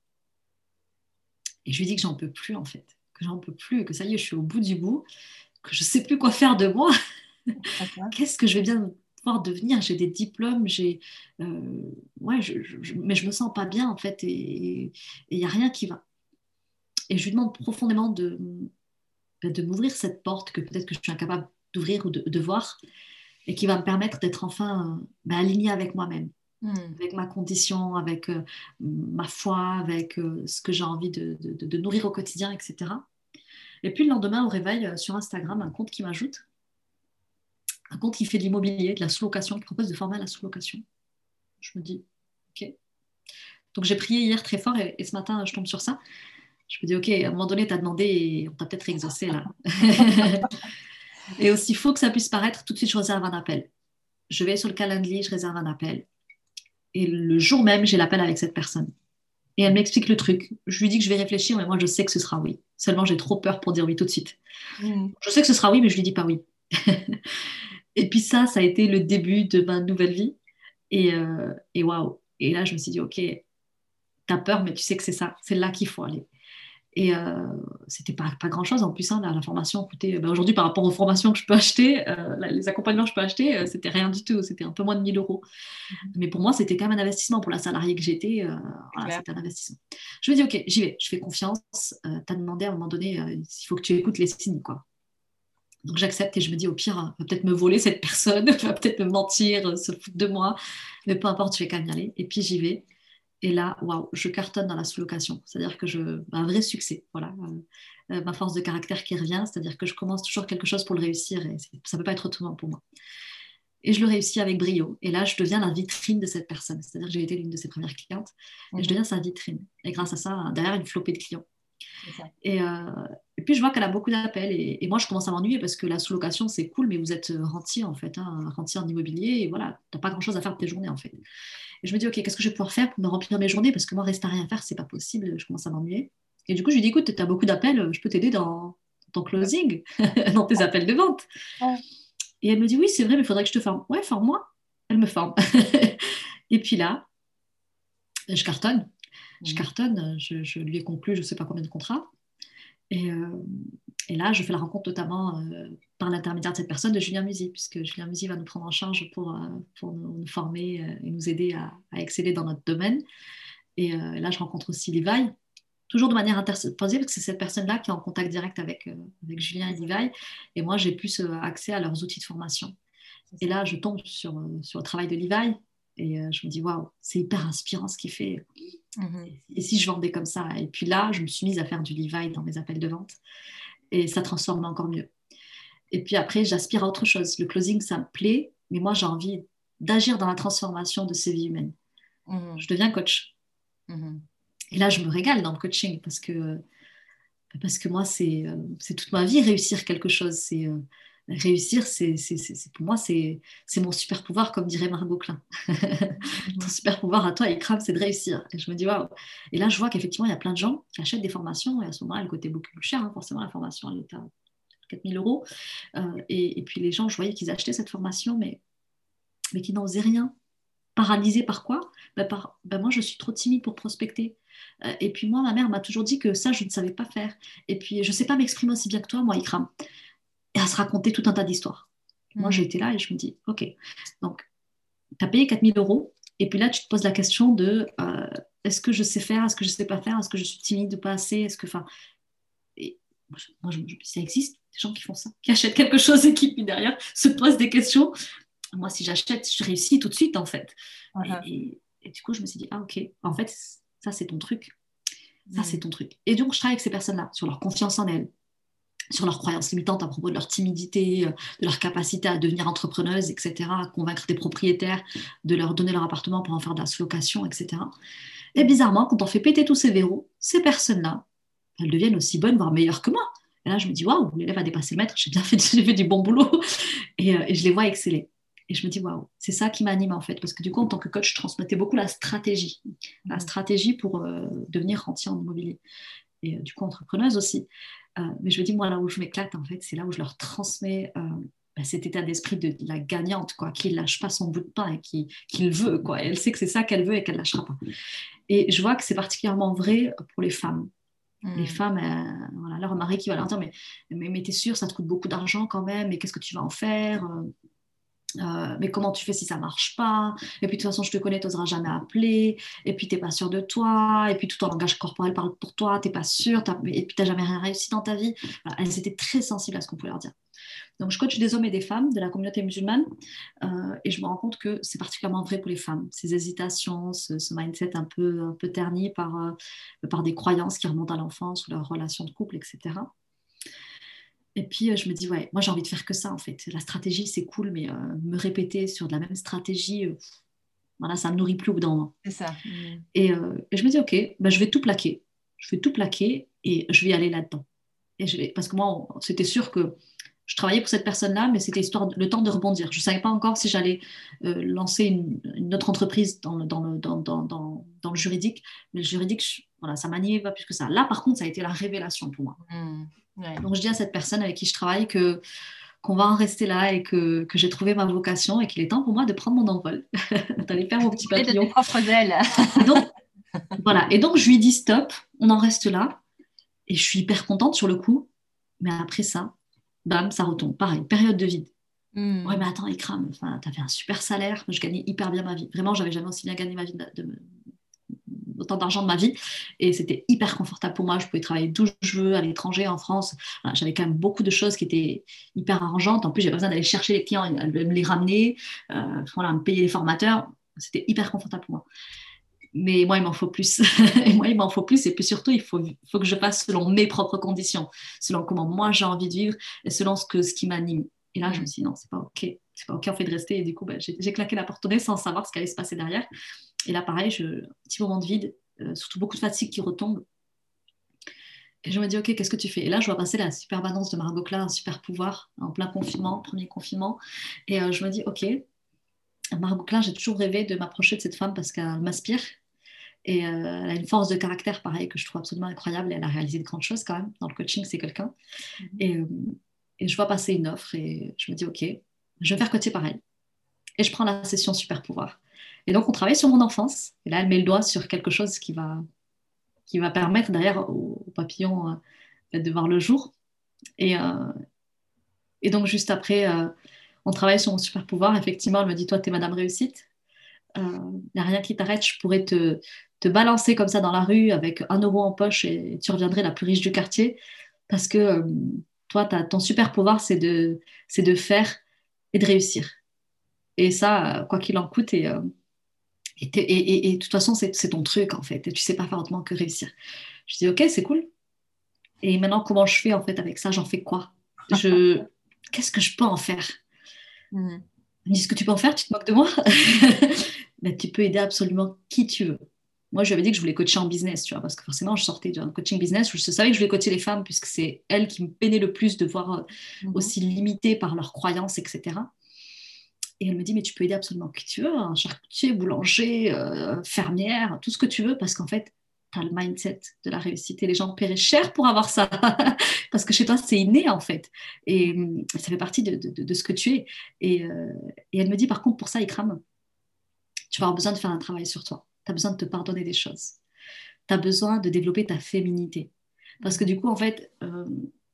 Et je lui dis que j'en peux plus, en fait. Que j'en peux plus, que ça y est, je suis au bout du bout, que je sais plus quoi faire de moi. D'accord. Qu'est-ce que je vais bien pouvoir devenir? J'ai des diplômes, j'ai. euh, ouais, je, je- mais je me sens pas bien, en fait, et il n'y a rien qui va. Et je lui demande profondément de, de m'ouvrir cette porte que peut-être que je suis incapable d'ouvrir ou de, de voir, et qui va me permettre d'être enfin euh, bah, alignée avec moi-même, Hmm. avec ma condition, avec euh, ma foi, avec euh, ce que j'ai envie de, de- de- de nourrir au quotidien, et cetera. Et puis le lendemain, au réveil, euh, sur Instagram, un compte qui m'ajoute, un compte qui fait de l'immobilier, de la sous-location, qui propose de former à la sous-location. Je me dis, ok. Donc j'ai prié hier très fort et, et ce matin, je tombe sur ça. Je me dis, ok, à un moment donné, tu as demandé et on t'a peut-être exaucé là. Et aussi faux que ça puisse paraître, tout de suite, je réserve un appel. Je vais sur le calendrier, je réserve un appel. Et le jour même, j'ai l'appel avec cette personne. Et elle m'explique le truc. Je lui dis que je vais réfléchir, mais moi, je sais que ce sera oui. Seulement, j'ai trop peur pour dire oui tout de suite. Hmm. Je sais que ce sera oui, mais je lui dis pas oui. Et puis ça, ça a été le début de ma nouvelle vie. Et, euh, et waouh. Et là, je me suis dit, ok, tu as peur, mais tu sais que c'est ça, c'est là qu'il faut aller. Et euh, c'était pas, pas grand chose en plus, hein, la, la formation coûtait, ben aujourd'hui par rapport aux formations que je peux acheter, euh, les accompagnements que je peux acheter, euh, c'était rien du tout, c'était un peu moins de mille euros. Mhm. Mais pour moi, c'était quand même un investissement. Pour la salariée que j'étais, euh, C'est voilà, clair. c'était un investissement. Je me dis, ok, j'y vais, je fais confiance. Euh, tu as demandé à un moment donné, euh, il faut que tu écoutes les signes, quoi. Donc j'accepte et je me dis, au pire, euh, va peut-être me voler cette personne, va peut-être me mentir, euh, se foutre de moi, mais peu importe, je vais quand même y aller. Et puis j'y vais. Et là, waouh, je cartonne dans la sous-location. C'est-à-dire que je, un vrai succès. Voilà, Euh, euh, ma force de caractère qui revient. C'est-à-dire que je commence toujours quelque chose pour le réussir et c'est- ça ne peut pas être autrement pour moi. Et je le réussis avec brio. Et là, je deviens la vitrine de cette personne. C'est-à-dire que j'ai été l'une de ses premières clientes et je Mhm. deviens sa vitrine. Et grâce à ça, derrière, une flopée de clients. C'est ça. Et, euh, et puis, je vois qu'elle a beaucoup d'appels. Et, et moi, je commence à m'ennuyer parce que la sous-location, c'est cool, mais vous êtes rentier, en fait, hein, rentier en immobilier. Et voilà, tu n'as pas grand-chose à faire de tes journées, en fait. Et je me dis, OK, qu'est-ce que je vais pouvoir faire pour me remplir mes journées? Parce que moi, rester à rien faire, c'est pas possible. Je commence à m'ennuyer. Et du coup, je lui dis, écoute, tu as beaucoup d'appels, je peux t'aider dans ton closing, dans tes appels de vente. Ouais. Et elle me dit, oui, c'est vrai, mais il faudrait que je te forme. Ouais, forme-moi. Elle me forme. Et puis là, je cartonne. Je Mhm. cartonne. Je, je lui ai conclu, je ne sais pas combien de contrats. Et, euh, et là, je fais la rencontre notamment euh, par l'intermédiaire de cette personne, de Julien Musy, puisque Julien Musy va nous prendre en charge pour, euh, pour nous, nous former euh, et nous aider à, à exceller dans notre domaine. Et euh, là, je rencontre aussi Levi, toujours de manière interposée, parce que c'est cette personne-là qui est en contact direct avec, euh, avec Julien et C'est ça. Levi. Et moi, j'ai plus euh, accès à leurs outils de formation. C'est Et ça. là, je tombe sur, euh, sur le travail de Levi et euh, je me dis, waouh, c'est hyper inspirant ce qu'il fait. Mhm. Et si je vendais comme ça? Et puis là, je me suis mise à faire du Levi dans mes appels de vente et ça transforme encore mieux. Et puis après, j'aspire à autre chose. Le closing, ça me plaît, mais moi, j'ai envie d'agir dans la transformation de ces vies humaines. Je Mhm. deviens coach. Mhm. Et là, je me régale dans le coaching parce que, parce que moi, c'est euh, c'est toute ma vie réussir quelque chose. C'est euh, réussir, c'est c'est- c'est- c'est- pour moi, c'est c'est mon super pouvoir, comme dirait Margot Klein. Ton Mhm. super pouvoir à toi, Ikram, c'est de réussir. Et je me dis, waouh. Et là, je vois qu'effectivement, il y a plein de gens qui achètent des formations. Et à ce moment-là, elle coûtait beaucoup plus cher. Hein, forcément, la formation, elle était à quatre mille euros. Euh, et, et puis les gens, je voyais qu'ils achetaient cette formation, mais, mais qui n'osaient rien. Paralysés par quoi? Ben par, ben moi, je suis trop timide pour prospecter. Euh, et puis moi, ma mère m'a toujours dit que ça, je ne savais pas faire. Et puis, je ne sais pas m'exprimer aussi bien que toi, moi, Ikram. Et à se raconter tout un tas d'histoires. Moi, Mhm. j'étais là et je me dis, OK, donc, tu as payé quatre mille euros. Et puis là, tu te poses la question de euh, est-ce que je sais faire? Est-ce que je ne sais pas faire? Est-ce que je suis timide ou pas assez? Est-ce que, enfin, et moi, je, moi, je, ça existe, des gens qui font ça, qui achètent quelque chose et qui, puis derrière, se posent des questions. Moi, si j'achète, je réussis tout de suite, en fait. Et, Mhm. et, et du coup, je me suis dit, ah, ok, en fait, ça, c'est ton truc. Ça, c'est Mhm. ton truc. Et donc, je travaille avec ces personnes-là sur leur confiance en elles, sur leurs croyances limitantes à propos de leur timidité, euh, de leur capacité à devenir entrepreneuse, et cetera, à convaincre des propriétaires de leur donner leur appartement pour en faire de la sous-location, et cetera. Et bizarrement, quand on fait péter tous ces verrous, ces personnes-là, elles deviennent aussi bonnes, voire meilleures que moi. Et là, je me dis, waouh, l'élève a dépassé le maître, j'ai bien fait, j'ai fait du bon boulot. Et, euh, et je les vois exceller. Et je me dis, waouh, c'est ça qui m'anime en fait. Parce que du coup, en tant que coach, je transmettais beaucoup la stratégie. La Mhm. stratégie pour euh, devenir rentier en immobilier. Et euh, du coup, entrepreneuse aussi. Euh, mais je me dis, moi, là où je m'éclate, en fait, c'est là où je leur transmets euh, bah, cet état d'esprit de, de la gagnante, quoi, qui ne lâche pas son bout de pain et qui, qui le veut, quoi. Et elle sait que c'est ça qu'elle veut et qu'elle ne lâchera pas. Et je vois que c'est particulièrement vrai pour les femmes. Les Mhm. femmes, euh, voilà, leur mari qui va leur dire, mais, mais, mais t'es sûre, ça te coûte beaucoup d'argent quand même, mais qu'est-ce que tu vas en faire? Euh, mais comment tu fais si ça marche pas? Et puis de toute façon, je te connais, tu n'oseras jamais appeler. Et puis t'es pas sûr de toi. Et puis tout ton langage corporel parle pour toi, t'es pas sûr. T'as- Et puis t'as jamais rien réussi dans ta vie. Voilà, elles étaient très sensibles à ce qu'on pouvait leur dire. Donc je coach des hommes et des femmes de la communauté musulmane euh, et je me rends compte que c'est particulièrement vrai pour les femmes. Ces hésitations, ce, ce mindset un peu, un peu terni par, euh, par des croyances qui remontent à l'enfance ou leur relation de couple, et cetera. Et puis, euh, je me dis, ouais, moi j'ai envie de faire que ça en fait. La stratégie, c'est cool, mais euh, me répéter sur de la même stratégie, euh, voilà, ça me nourrit plus au bout d'un moment. C'est ça. Mhm. Et, euh, et je me dis, ok, bah, je vais tout plaquer. Je vais tout plaquer et je vais y aller là-dedans. Et je vais, parce que moi, on- c'était sûr que je travaillais pour cette personne-là, mais c'était histoire de- le temps de rebondir. Je ne savais pas encore si j'allais euh, lancer une, une autre entreprise dans le, dans, le, dans, dans, dans, dans le juridique. Mais le juridique, je- voilà, ça m'animait pas plus que ça. Là, par contre, ça a été la révélation pour moi. Mhm. Ouais. Donc, je dis à cette personne avec qui je travaille que qu'on va en rester là et que, que j'ai trouvé ma vocation et qu'il est temps pour moi de prendre mon envol, d'aller faire mon petit Voler de tes papillon. propres ailes. Et donc, Voilà. Et donc, je lui dis stop, on en reste là. Et je suis hyper contente sur le coup. Mais après ça, bam, ça retombe. Pareil, période de vide. Ouais, mais Hmm. attends, Ikram, enfin, t'avais un super salaire. Je gagnais hyper bien ma vie. Vraiment, j'avais jamais aussi bien gagné ma vie de, de- autant d'argent de ma vie. Et c'était hyper confortable pour moi. Je pouvais travailler d'où je veux, à l'étranger, en France. Voilà, j'avais quand même beaucoup de choses qui étaient hyper arrangeantes. En plus, j'avais pas besoin d'aller chercher les clients, à me les ramener, euh, voilà, me payer les formateurs. C'était hyper confortable pour moi. Mais moi, il m'en faut plus. Et moi, il m'en faut plus. Et puis surtout, il faut, il faut que je fasse selon mes propres conditions, selon comment moi j'ai envie de vivre et selon ce, que, ce qui m'anime. Et là, je me Hmm. suis dit, non, c'est pas OK. C'est pas OK, en fait, de rester. Et du coup, ben, j'ai, j'ai claqué la porte au nez sans savoir ce qui allait se passer derrière. Et là, pareil, je, un petit moment de vide, euh, surtout beaucoup de fatigue qui retombe. Et je me dis, OK, qu'est-ce que tu fais? Et là, je vois passer la super annonce de Margot Klein, un super pouvoir, en plein confinement, premier confinement. Et euh, je me dis, OK, Margot Klein, j'ai toujours rêvé de m'approcher de cette femme parce qu'elle m'inspire. Et euh, elle a une force de caractère, pareil, que je trouve absolument incroyable. Et elle a réalisé de grandes choses quand même. Dans le coaching, c'est quelqu'un. Et, euh, et je vois passer une offre et je me dis, OK, je vais faire coacher pareil. Et je prends la session super pouvoir. Et donc, on travaille sur mon enfance. Et là, elle met le doigt sur quelque chose qui va, qui va permettre derrière au, au papillon euh, de voir le jour. Et, euh, et donc, juste après, euh, on travaille sur mon super pouvoir. Effectivement, elle me dit, toi, t'es Madame Réussite. Il euh, n'y a rien qui t'arrête. Je pourrais te, te balancer comme ça dans la rue avec un euro en poche et tu reviendrais la plus riche du quartier parce que euh, toi, t'as, ton super pouvoir, c'est de, c'est de faire et de réussir. Et ça, euh, quoi qu'il en coûte, et, euh, et, et, et, et, de toute façon, c'est, c'est ton truc en fait. Et tu sais pas faire autrement que réussir. Je dis, ok, c'est cool. Et maintenant, comment je fais en fait avec ça? J'en fais quoi? Je... Qu'est-ce que je peux en faire? Hmm. Ils me disent ce que tu peux en faire, tu te moques de moi? Ben, tu peux aider absolument qui tu veux. Moi, je lui avais dit que je voulais coacher en business, tu vois, parce que forcément, je sortais d'un coaching business où je savais que je voulais coacher les femmes, puisque c'est elles qui me peinaient le plus de voir euh, Mhm. aussi limitées par leurs croyances, et cetera. Et elle me dit, mais tu peux aider absolument qui tu veux, hein, charcutier, boulanger, euh, fermière, tout ce que tu veux, parce qu'en fait, tu as le mindset de la réussite et les gens paieraient cher pour avoir ça. Parce que chez toi, c'est inné, en fait. Et euh, ça fait partie de, de, de ce que tu es. Et, euh, et elle me dit, par contre, pour ça, Ikram, tu vas avoir besoin de faire un travail sur toi. Tu as besoin de te pardonner des choses. Tu as besoin de développer ta féminité. Parce que Mhm. du coup, en fait, euh,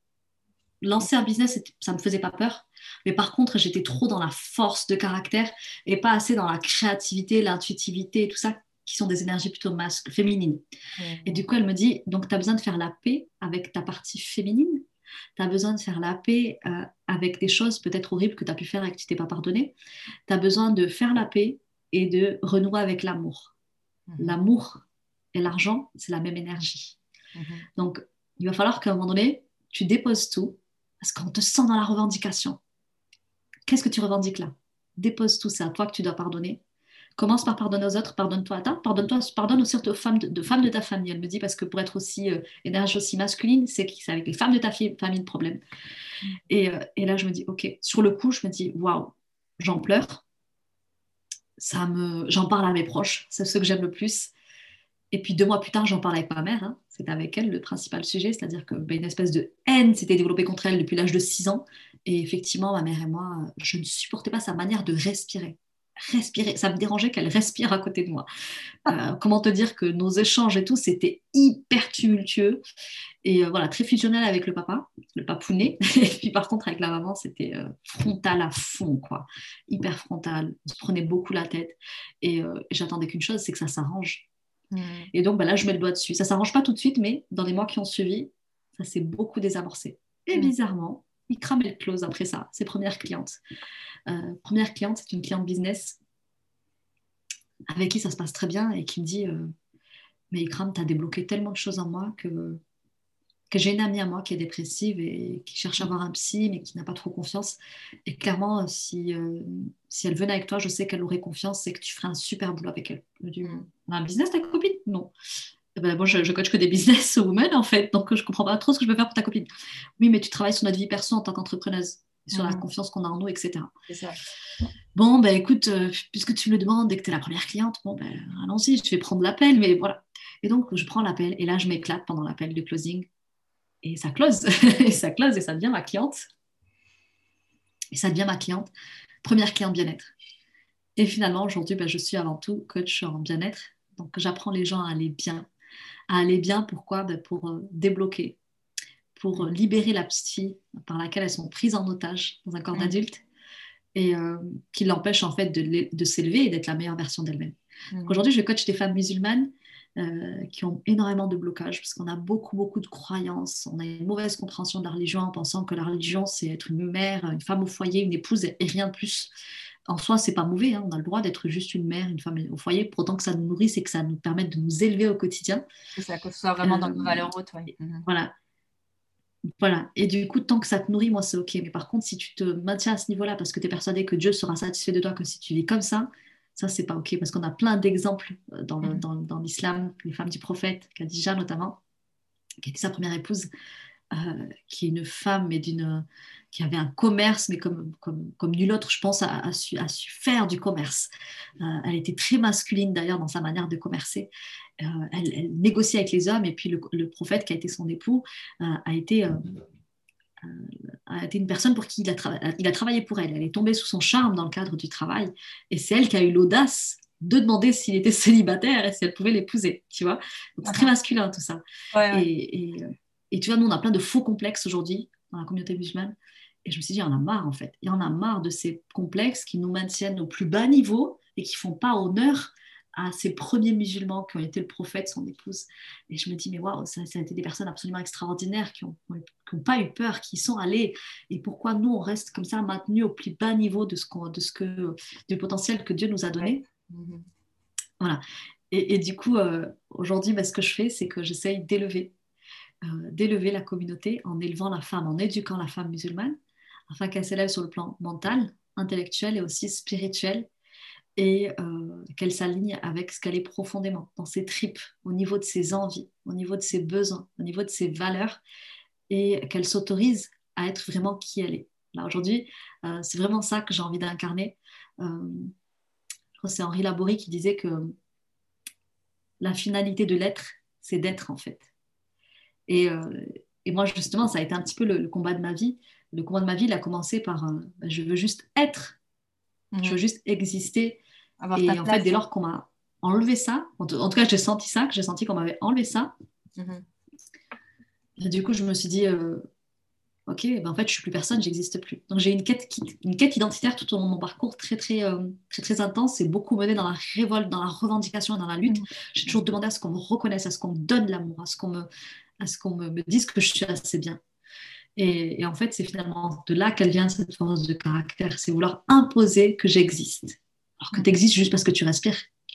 lancer un business, ça ne me faisait pas peur. Mais par contre, j'étais trop dans la force de caractère et pas assez dans la créativité, l'intuitivité et tout ça, qui sont des énergies plutôt masculines, féminines. Et du Mhm. coup, elle me dit, donc tu as besoin de faire la paix avec ta partie féminine. Tu as besoin de faire la paix euh, avec des choses peut-être horribles que tu as pu faire et que tu t'es pas pardonné. Tu as besoin de faire la paix et de renouer avec l'amour. Mhm. L'amour et l'argent, c'est la même énergie. Mhm. Donc, il va falloir qu'à un moment donné, tu déposes tout parce qu'on te sent dans la revendication. Qu'est-ce que tu revendiques là? Dépose tout, c'est à toi que tu dois pardonner. Commence par pardonner aux autres, pardonne-toi à ta, pardonne-toi, pardonne aussi aux femmes de, de femmes de ta famille. Elle me dit parce que pour être aussi euh, énergie aussi masculine, c'est, c'est avec les femmes de ta fi- famille le problème. Et, euh, et là, je me dis, ok, sur le coup, je me dis, waouh, j'en pleure, ça me, j'en parle à mes proches, c'est ceux que j'aime le plus. Et puis deux mois plus tard, j'en parle avec ma mère. Hein. C'était avec elle le principal sujet, c'est-à-dire que ben, une espèce de haine s'était développée contre elle depuis l'âge de six ans. Et effectivement, ma mère et moi, je ne supportais pas sa manière de respirer. Respirer, ça me dérangeait qu'elle respire à côté de moi. Euh, comment te dire que nos échanges et tout, c'était hyper tumultueux et euh, voilà, très fusionnel avec le papa, le papounet. Et puis par contre, avec la maman, c'était euh, frontal à fond, quoi. Hyper frontal. On se prenait beaucoup la tête. Et euh, j'attendais qu'une chose, c'est que ça s'arrange. Mhm. Et donc bah, là, je mets le doigt dessus. Ça ne s'arrange pas tout de suite, mais dans les mois qui ont suivi, ça s'est beaucoup désamorcé. Et Mhm. bizarrement, il cramait le close après ça, ses premières clientes. Euh, première cliente, c'est une cliente business avec qui ça se passe très bien et qui me dit euh, mais Ikram, tu as débloqué tellement de choses en moi que, que j'ai une amie à moi qui est dépressive et qui cherche à avoir un psy, mais qui n'a pas trop confiance. Et clairement, si, euh, si elle venait avec toi, je sais qu'elle aurait confiance et que tu ferais un super boulot avec elle. Je me dis, Mhm. on a un business, ta copine? Non. Eh ben, moi, je, je coach que des business women, en fait, donc je comprends pas trop ce que je peux faire pour ta copine. Oui, mais tu travailles sur notre vie perso en tant qu'entrepreneuse, sur la Mhm. confiance qu'on a en nous, et cetera. C'est ça. Bon, ben écoute, euh, puisque tu me le demandes et que tu es la première cliente, bon, ben allons-y, je vais prendre l'appel, mais voilà. Et donc, je prends l'appel et là, je m'éclate pendant l'appel de closing et ça close, et ça close et ça devient ma cliente. Et ça devient ma cliente, première cliente bien-être. Et finalement, aujourd'hui, ben, je suis avant tout coach en bien-être. Donc, j'apprends les gens à aller bien. À aller bien, pourquoi? Ben, pour euh, débloquer, pour euh, libérer la petite fille par laquelle elles sont prises en otage dans un corps Mhm. d'adulte et euh, qui l'empêche en fait de, l'é- de s'élever et d'être la meilleure version d'elle-même. Donc, Mhm. aujourd'hui, je coach des femmes musulmanes euh, qui ont énormément de blocages parce qu'on a beaucoup, beaucoup de croyances. On a une mauvaise compréhension de la religion en pensant que la religion, c'est être une mère, une femme au foyer, une épouse et rien de plus. En soi, c'est pas mauvais, hein. On a le droit d'être juste une mère, une femme au foyer, pour autant que ça nous nourrisse et que ça nous permette de nous élever au quotidien. C'est ça, que ce soit vraiment dans Euh, nos valeurs hautes, ouais. Mhm. voilà, voilà. Et du coup, tant que ça te nourrit, moi, c'est OK. Mais par contre, si tu te maintiens à ce niveau-là parce que tu es persuadé que Dieu sera satisfait de toi que si tu vis comme ça, ça, c'est pas OK. Parce qu'on a plein d'exemples euh, dans, le- Mhm. dans, dans l'islam, les femmes du prophète, Khadija notamment, qui était sa première épouse, euh, qui est une femme mais d'une, qui avait un commerce, mais comme, comme, comme nul autre, je pense, a, a su, a su faire du commerce. Euh, elle était très masculine d'ailleurs dans sa manière de commercer. Euh, elle, elle négociait avec les hommes et puis le, le prophète qui a été son époux euh, a été euh, a été une personne pour qui il a, tra- il a travaillé pour elle. Elle est tombée sous son charme dans le cadre du travail. Et c'est elle qui a eu l'audace de demander s'il était célibataire et si elle pouvait l'épouser, tu vois. Donc c'est très Mhm. masculin tout ça. Ouais, ouais. Et, et, et tu vois, nous, on a plein de faux complexes aujourd'hui dans la communauté musulmane. Et je me suis dit, il y en a marre en fait. Il y en a marre de ces complexes qui nous maintiennent au plus bas niveau et qui font pas honneur à ces premiers musulmans qui ont été le prophète, son épouse. Et je me dis, mais waouh, ça, ça a été des personnes absolument extraordinaires qui n'ont qui ont pas eu peur, qui y sont allées. Et pourquoi nous, on reste comme ça maintenus au plus bas niveau de ce, qu'on, de ce que, du potentiel que Dieu nous a Ouais. donné. Mhm. Voilà. Et, et du coup, euh, aujourd'hui, bah, ce que je fais, c'est que j'essaye d'élever, euh, d'élever la communauté en élevant la femme, en éduquant la femme musulmane, afin qu'elle s'élève sur le plan mental, intellectuel et aussi spirituel, et euh, qu'elle s'aligne avec ce qu'elle est profondément, dans ses tripes, au niveau de ses envies, au niveau de ses besoins, au niveau de ses valeurs, et qu'elle s'autorise à être vraiment qui elle est. Là, aujourd'hui, euh, c'est vraiment ça que j'ai envie d'incarner. Euh, je crois que c'est Henri Laborie qui disait que la finalité de l'être, c'est d'être en fait. Et, euh, et moi, justement, ça a été un petit peu le, le combat de ma vie. Le combat de ma vie, il a commencé par euh, je veux juste être, je veux Mhm. juste exister. Avoir ta Et en fait, dès place. lors qu'on m'a enlevé ça, en tout, en tout cas, j'ai senti ça, que j'ai senti qu'on m'avait enlevé ça, Mhm. et du coup, je me suis dit, euh, ok, ben en fait, je suis plus personne, j'existe plus. Donc j'ai une quête, une quête identitaire tout au long de mon parcours très très euh, très très intense et beaucoup menée dans la révolte, dans la revendication et dans la lutte. Mhm. J'ai toujours demandé à ce qu'on me reconnaisse, à ce qu'on me donne l'amour, à ce qu'on me, à ce qu'on me, me dise que je suis assez bien. Et, et en fait, c'est finalement de là qu'elle vient cette force de caractère, c'est vouloir imposer que j'existe, alors que tu Mhm. existes juste parce que tu respires.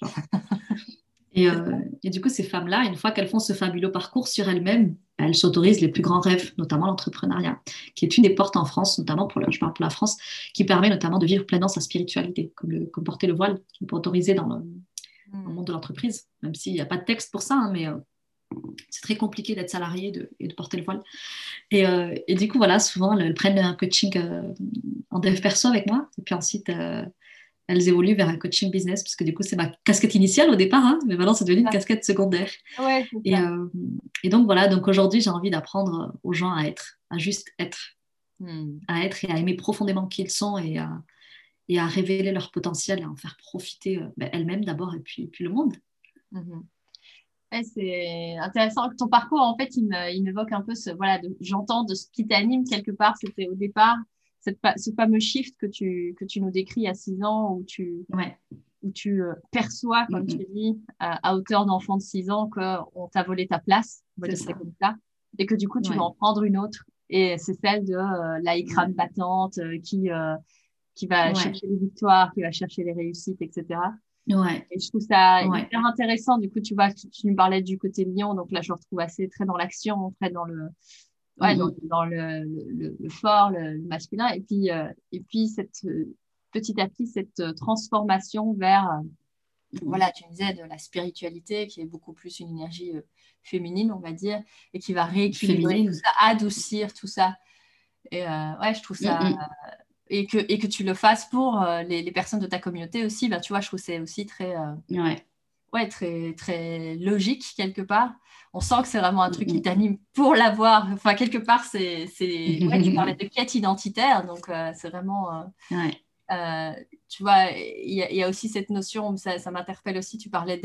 Et, C'est euh, ça. et du coup, ces femmes-là, une fois qu'elles font ce fabuleux parcours sur elles-mêmes, elles s'autorisent les plus grands rêves, notamment l'entrepreneuriat, qui est une des portes en France, notamment pour la, je parle pour la France, qui permet notamment de vivre pleinement sa spiritualité, comme, le, comme porter le voile, qui est autorisé dans le, dans le Mhm. monde de l'entreprise, même s'il n'y a pas de texte pour ça, hein, mais euh, c'est très compliqué d'être salarié de, et de porter le voile. Et, euh, et du coup, voilà, souvent, elles prennent un coaching euh, en dev perso avec moi, et puis ensuite, euh, elles évoluent vers un coaching business, parce que du coup, c'est ma casquette initiale au départ, hein, mais maintenant, c'est devenu une Ah, casquette secondaire. ouais, c'est Et, ça. euh, et donc voilà, donc aujourd'hui j'ai envie d'apprendre aux gens à être, à juste être, Mhm. à être et à aimer profondément qui ils sont et à, et à révéler leur potentiel et à en faire profiter euh, ben, elles-mêmes d'abord et puis, et puis le monde. Mhm. Ouais, c'est intéressant. Ton parcours, en fait, il me, il m'évoque un peu ce, voilà, de- j'entends de ce qui t'anime quelque part. C'était au départ cette, fa- ce fameux shift que tu, que tu nous décris à six ans où tu, Ouais. où tu euh, perçois, Mm, comme tu mm. dis, à, à hauteur d'enfant de six ans, qu'on t'a volé ta place, on va C'est dire ça ça. comme ça, et que du coup, tu vas Ouais. en prendre une autre. Et c'est celle de euh, la Ouais. crâne battante euh, qui, euh, qui va Ouais. chercher les victoires, qui va chercher les réussites, et cetera. Ouais. Et je trouve ça Ouais. hyper intéressant. Du coup, tu vois, tu, tu nous parlais du côté lion, donc là, je le retrouve assez très dans l'action, très dans le, Mm, ouais, dans, mm. dans le, le, le fort, le, le masculin. Et puis, euh, et puis cette, euh, petit à petit, cette euh, transformation vers, euh, voilà, tu me disais, de la spiritualité, qui est beaucoup plus une énergie euh, féminine, on va dire, et qui va rééquilibrer tout Féminine. ça, adoucir tout ça. Et euh, ouais, je trouve Mm, ça. mm. Et que, et que tu le fasses pour euh, les, les personnes de ta communauté aussi, ben, tu vois, je trouve que c'est aussi très. euh, Ouais. ouais, très, très logique quelque part. On sent que c'est vraiment un truc qui Mm, t'anime pour l'avoir. Enfin, quelque part, c'est, c'est... Ouais, tu parlais mm. de quête identitaire, donc euh, c'est vraiment... euh, Ouais. euh, tu vois, il y, a- il y a aussi cette notion, ça, ça m'interpelle aussi, tu parlais d'être.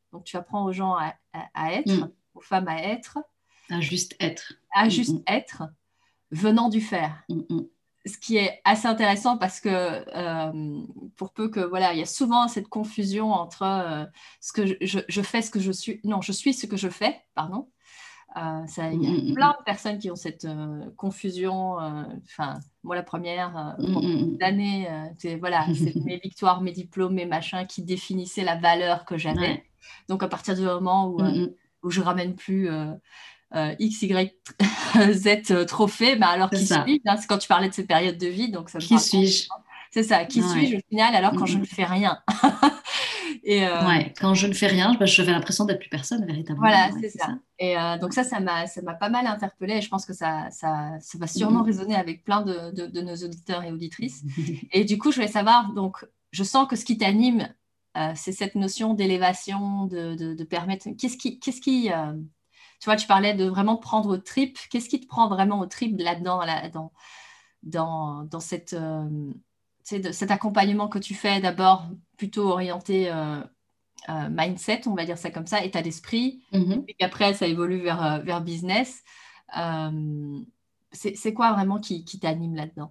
Donc, tu apprends aux gens à, à, à être, Mm. aux femmes à être, À juste être. à Mm, juste mm, être, venant du faire. mm, mm. Ce qui est assez intéressant parce que euh, pour peu que voilà, il y a souvent cette confusion entre euh, ce que je, je, je fais, ce que je suis, non, je suis ce que je fais, pardon. Euh, ça, il Mm, y a mm, plein mm, de personnes qui ont cette euh, confusion. euh, Enfin, moi la première, euh, mm, pendant mm, des années, euh, c'est voilà, c'est mes victoires, mes diplômes, mes machins qui définissaient la valeur que mm. j'avais. Ouais. Donc à partir du moment où Mm, euh, mm. où je ramène plus euh, euh, X, Y, Z trophées, bah alors C'est qui ça. suis-je hein, c'est quand tu parlais de cette période de vie, donc ça me Qui parle. suis-je? C'est ça, qui suis-je Ouais. au final alors Mm, quand je ne mm. fais rien. Et euh, Ouais. Quand je ne fais rien, bah, j'avais l'impression d'être plus personne, véritablement. voilà, Ouais, c'est c'est ça. ça. Et euh, donc Ouais. ça, ça m'a, ça m'a pas mal interpellée et je pense que ça, ça, ça va sûrement Mm, résonner avec plein de, de, de nos auditeurs et auditrices. mm. Et du coup, je voulais savoir, donc, je sens que ce qui t'anime, euh, c'est cette notion d'élévation, de, de, de permettre. Qu'est-ce qui, qu'est-ce qui euh, tu vois, tu parlais de vraiment prendre au trip. Qu'est-ce qui te prend vraiment au trip là-dedans, là, dans, dans, dans cette, euh, tu sais, de, cet accompagnement que tu fais d'abord plutôt orienté euh, euh, mindset, on va dire ça comme ça, état d'esprit, et Mhm. puis après ça évolue vers, euh, vers business. Euh, c'est, c'est quoi vraiment qui, qui t'anime là-dedans?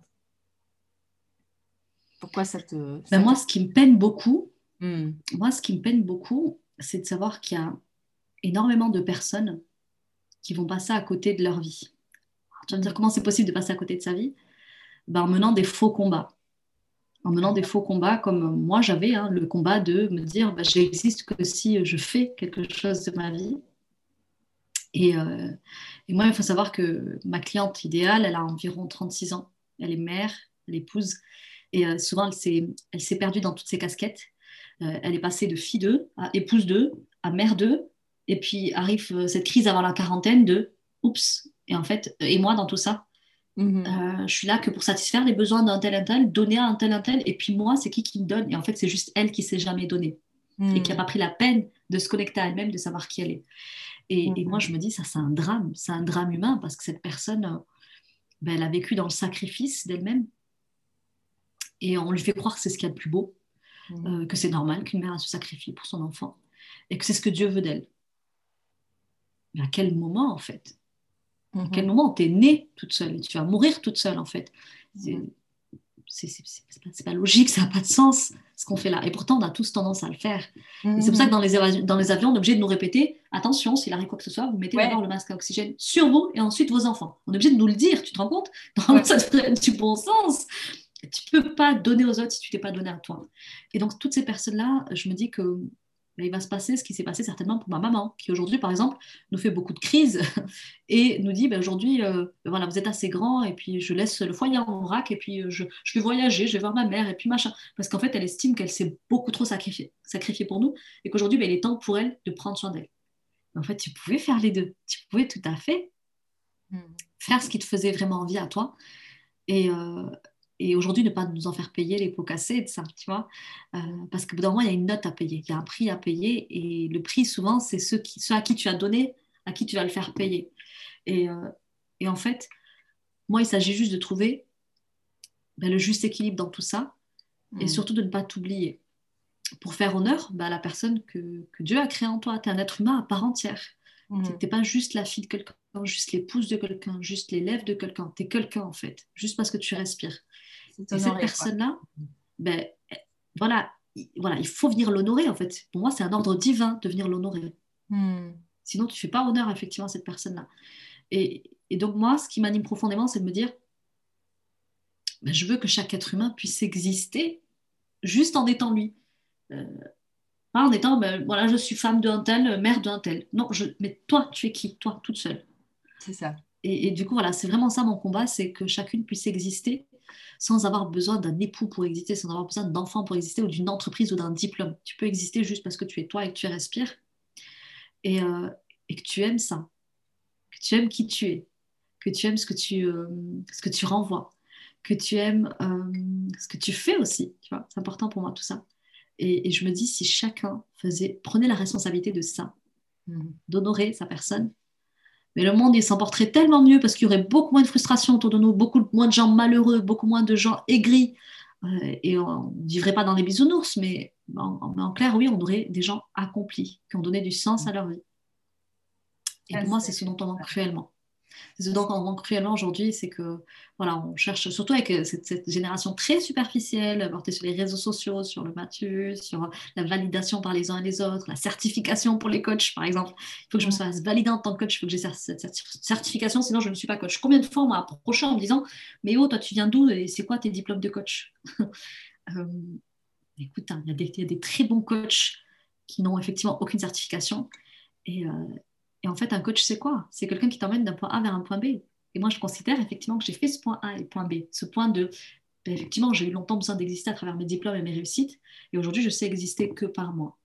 Pourquoi ça te, Ben ça te... moi, ce qui me peine beaucoup, Hmm. moi, ce qui me peine beaucoup, c'est de savoir qu'il y a énormément de personnes qui vont passer à côté de leur vie. Tu vas me dire Hmm. comment c'est possible de passer à côté de sa vie? Ben, en menant des faux combats. En menant des faux combats comme moi j'avais, hein, le combat de me dire ben, j'existe que si je fais quelque chose de ma vie. Et, euh, et moi, il faut savoir que ma cliente idéale, elle a environ trente-six ans. Elle est mère, elle est épouse. Et euh, souvent, elle s'est, elle s'est perdue dans toutes ses casquettes. Euh, elle est passée de fille deux à épouse deux à mère deux. Et puis arrive euh, cette crise avant la quarantaine de oups. Et en fait, euh, et moi dans tout ça, Mhm. euh, je suis là que pour satisfaire les besoins d'un tel un tel, donner à un tel un tel. Et puis moi, c'est qui qui me donne? Et en fait, c'est juste elle qui s'est jamais donnée et qui n'a Hmm. pas pris la peine de se connecter à elle-même, de savoir qui elle est. Et, et moi, Hmm. je me dis, ça, c'est un drame. C'est un drame humain parce que cette personne, euh, ben, elle a vécu dans le sacrifice d'elle-même. Et on lui fait croire que c'est ce qu'il y a de plus beau, Hmm. euh, que c'est normal qu'une mère elle se sacrifie pour son enfant et que c'est ce que Dieu veut d'elle. Mais à quel moment, en fait? À quel Mhm. moment t'es née toute seule et tu vas mourir toute seule, en fait? C'est Mhm. c'est c'est- c'est pas, c'est pas logique, ça n'a pas de sens ce qu'on fait là. Et pourtant, on a tous tendance à le faire. Et c'est pour ça que Mhm. dans les, éva- dans les avions, on est obligé de nous répéter, attention, s'il arrive quoi que ce soit, vous mettez Ouais, d'abord le masque à oxygène sur vous et ensuite vos enfants. On est obligé de nous le dire, tu te rends compte? Normalement, ouais. ça devrait être du bon sens. Tu peux pas donner aux autres si tu t'es pas donné à toi. Et donc, toutes ces personnes-là, je me dis que ben, il va se passer ce qui s'est passé certainement pour ma maman, qui aujourd'hui, par exemple, nous fait beaucoup de crises et nous dit ben, aujourd'hui, euh, ben, voilà, vous êtes assez grand et puis je laisse le foyer en vrac et puis euh, je, je vais voyager, je vais voir ma mère et puis machin. Parce qu'en fait, elle estime qu'elle s'est beaucoup trop sacrifiée, sacrifiée pour nous et qu'aujourd'hui, ben, il est temps pour elle de prendre soin d'elle. En fait, tu pouvais faire les deux. Tu pouvais tout à fait Hmm. faire ce qui te faisait vraiment envie à toi et, euh, et aujourd'hui, ne pas nous en faire payer les pots cassés de ça, tu vois. Euh, parce qu'au bout d'un moment, il y a une note à payer, il y a un prix à payer. Et le prix, souvent, c'est ceux, qui, ceux à qui tu as donné, à qui tu vas le faire payer. Et, euh, et en fait, moi, il s'agit juste de trouver ben, le juste équilibre dans tout ça et Hmm. surtout de ne pas t'oublier. Pour faire honneur ben, à la personne que, que Dieu a créée en toi. Tu es un être humain à part entière. Tu Hmm. n'es pas juste la fille de quelqu'un, juste l'épouse de quelqu'un, juste l'élève de quelqu'un. Tu es quelqu'un, en fait, juste parce que tu respires. C'est Et cette honoré, quoi. personne-là, ben, voilà, il, voilà, il faut venir l'honorer en fait. Pour moi, c'est un ordre divin de venir l'honorer. Hmm. Sinon, tu fais pas honneur effectivement à cette personne-là. Et, et donc moi, ce qui m'anime profondément, c'est de me dire, ben, je veux que chaque être humain puisse exister juste en étant lui. Euh, pas en étant, ben, voilà, je suis femme d'un tel, mère d'un tel. Non, je, mais toi, tu es qui? Toi, toute seule. C'est ça. Et, et du coup, voilà, c'est vraiment ça mon combat, c'est que chacune puisse exister sans avoir besoin d'un époux pour exister, sans avoir besoin d'enfants pour exister, ou d'une entreprise ou d'un diplôme. Tu peux exister juste parce que tu es toi et que tu respires et, euh, et que tu aimes ça, que tu aimes qui tu es, que tu aimes ce que tu, euh, ce que tu renvoies, que tu aimes euh, ce que tu fais aussi. Tu vois, c'est important pour moi tout ça. Et, et je me dis, si chacun faisait, prenait la responsabilité de ça, Hmm. d'honorer sa personne, mais le monde, il s'en porterait tellement mieux parce qu'il y aurait beaucoup moins de frustration autour de nous, beaucoup moins de gens malheureux, beaucoup moins de gens aigris Euh, et on ne vivrait pas dans des bisounours, mais en, en- en clair, oui, on aurait des gens accomplis, qui ont donné du sens à leur vie. Et Ah, pour moi, c'est c'est- ce dont on manque cruellement. C'est ce dont on manque cruellement aujourd'hui, c'est que voilà, on cherche, surtout avec euh, cette, cette génération très superficielle, portée sur les réseaux sociaux, sur le matus, sur la validation par les uns et les autres, la certification pour les coachs, par exemple. Il faut que je me Mm. fasse valider en tant que coach, il faut que j'ai cette certi- certification, sinon je ne suis pas coach. Combien de fois on m'a approché en me disant, mais oh, toi, tu viens d'où et c'est quoi tes diplômes de coach? Euh, Écoute, hein, il y a des, il y a des très bons coachs qui n'ont effectivement aucune certification. Et, euh, et en fait, un coach, c'est quoi? C'est quelqu'un qui t'emmène d'un point A vers un point B. Et moi, je considère effectivement que j'ai fait ce point A et point B. Ce point de, ben, effectivement, j'ai eu longtemps besoin d'exister à travers mes diplômes et mes réussites. Et aujourd'hui, je sais exister que par moi.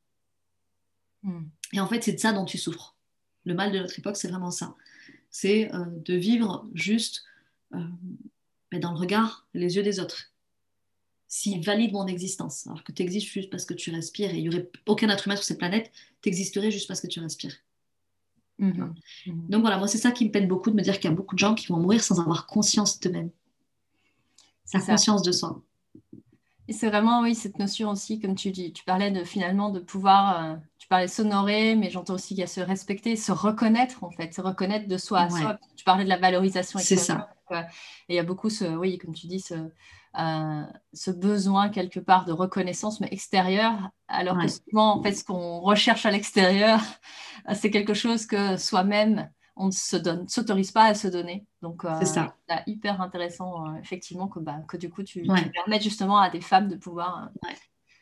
Mm. Et en fait, c'est de ça dont tu souffres. Le mal de notre époque, c'est vraiment ça. C'est euh, de vivre juste euh, ben, dans le regard, les yeux des autres. S'ils valident mon existence, alors que tu existes juste parce que tu respires et il n'y aurait aucun être humain sur cette planète, tu existerais juste parce que tu respires. Tu vois. Mhm. Mhm. Donc voilà, moi c'est ça qui me peine beaucoup de me dire qu'il y a beaucoup de gens qui vont mourir sans avoir conscience d'eux-mêmes, C'est la ça. conscience de soi. Et c'est vraiment, oui, cette notion aussi, comme tu dis, tu parlais de finalement de pouvoir, euh, tu parlais de s'honorer, mais j'entends aussi qu'il y a se respecter, se reconnaître en fait, se reconnaître de soi à Ouais, soi. Tu parlais de la valorisation c'est extérieure. ça. Donc, euh, et il y a beaucoup ce, oui, comme tu dis, ce, euh, ce besoin quelque part de reconnaissance, mais extérieure, alors que Ouais, souvent, en fait, ce qu'on recherche à l'extérieur, c'est quelque chose que soi-même, on ne se donne, s'autorise pas à se donner. Donc, c'est euh, ça. c'est hyper intéressant, euh, effectivement, que, bah, que du coup, tu, tu Ouais, permettes justement à des femmes de pouvoir, euh, ouais,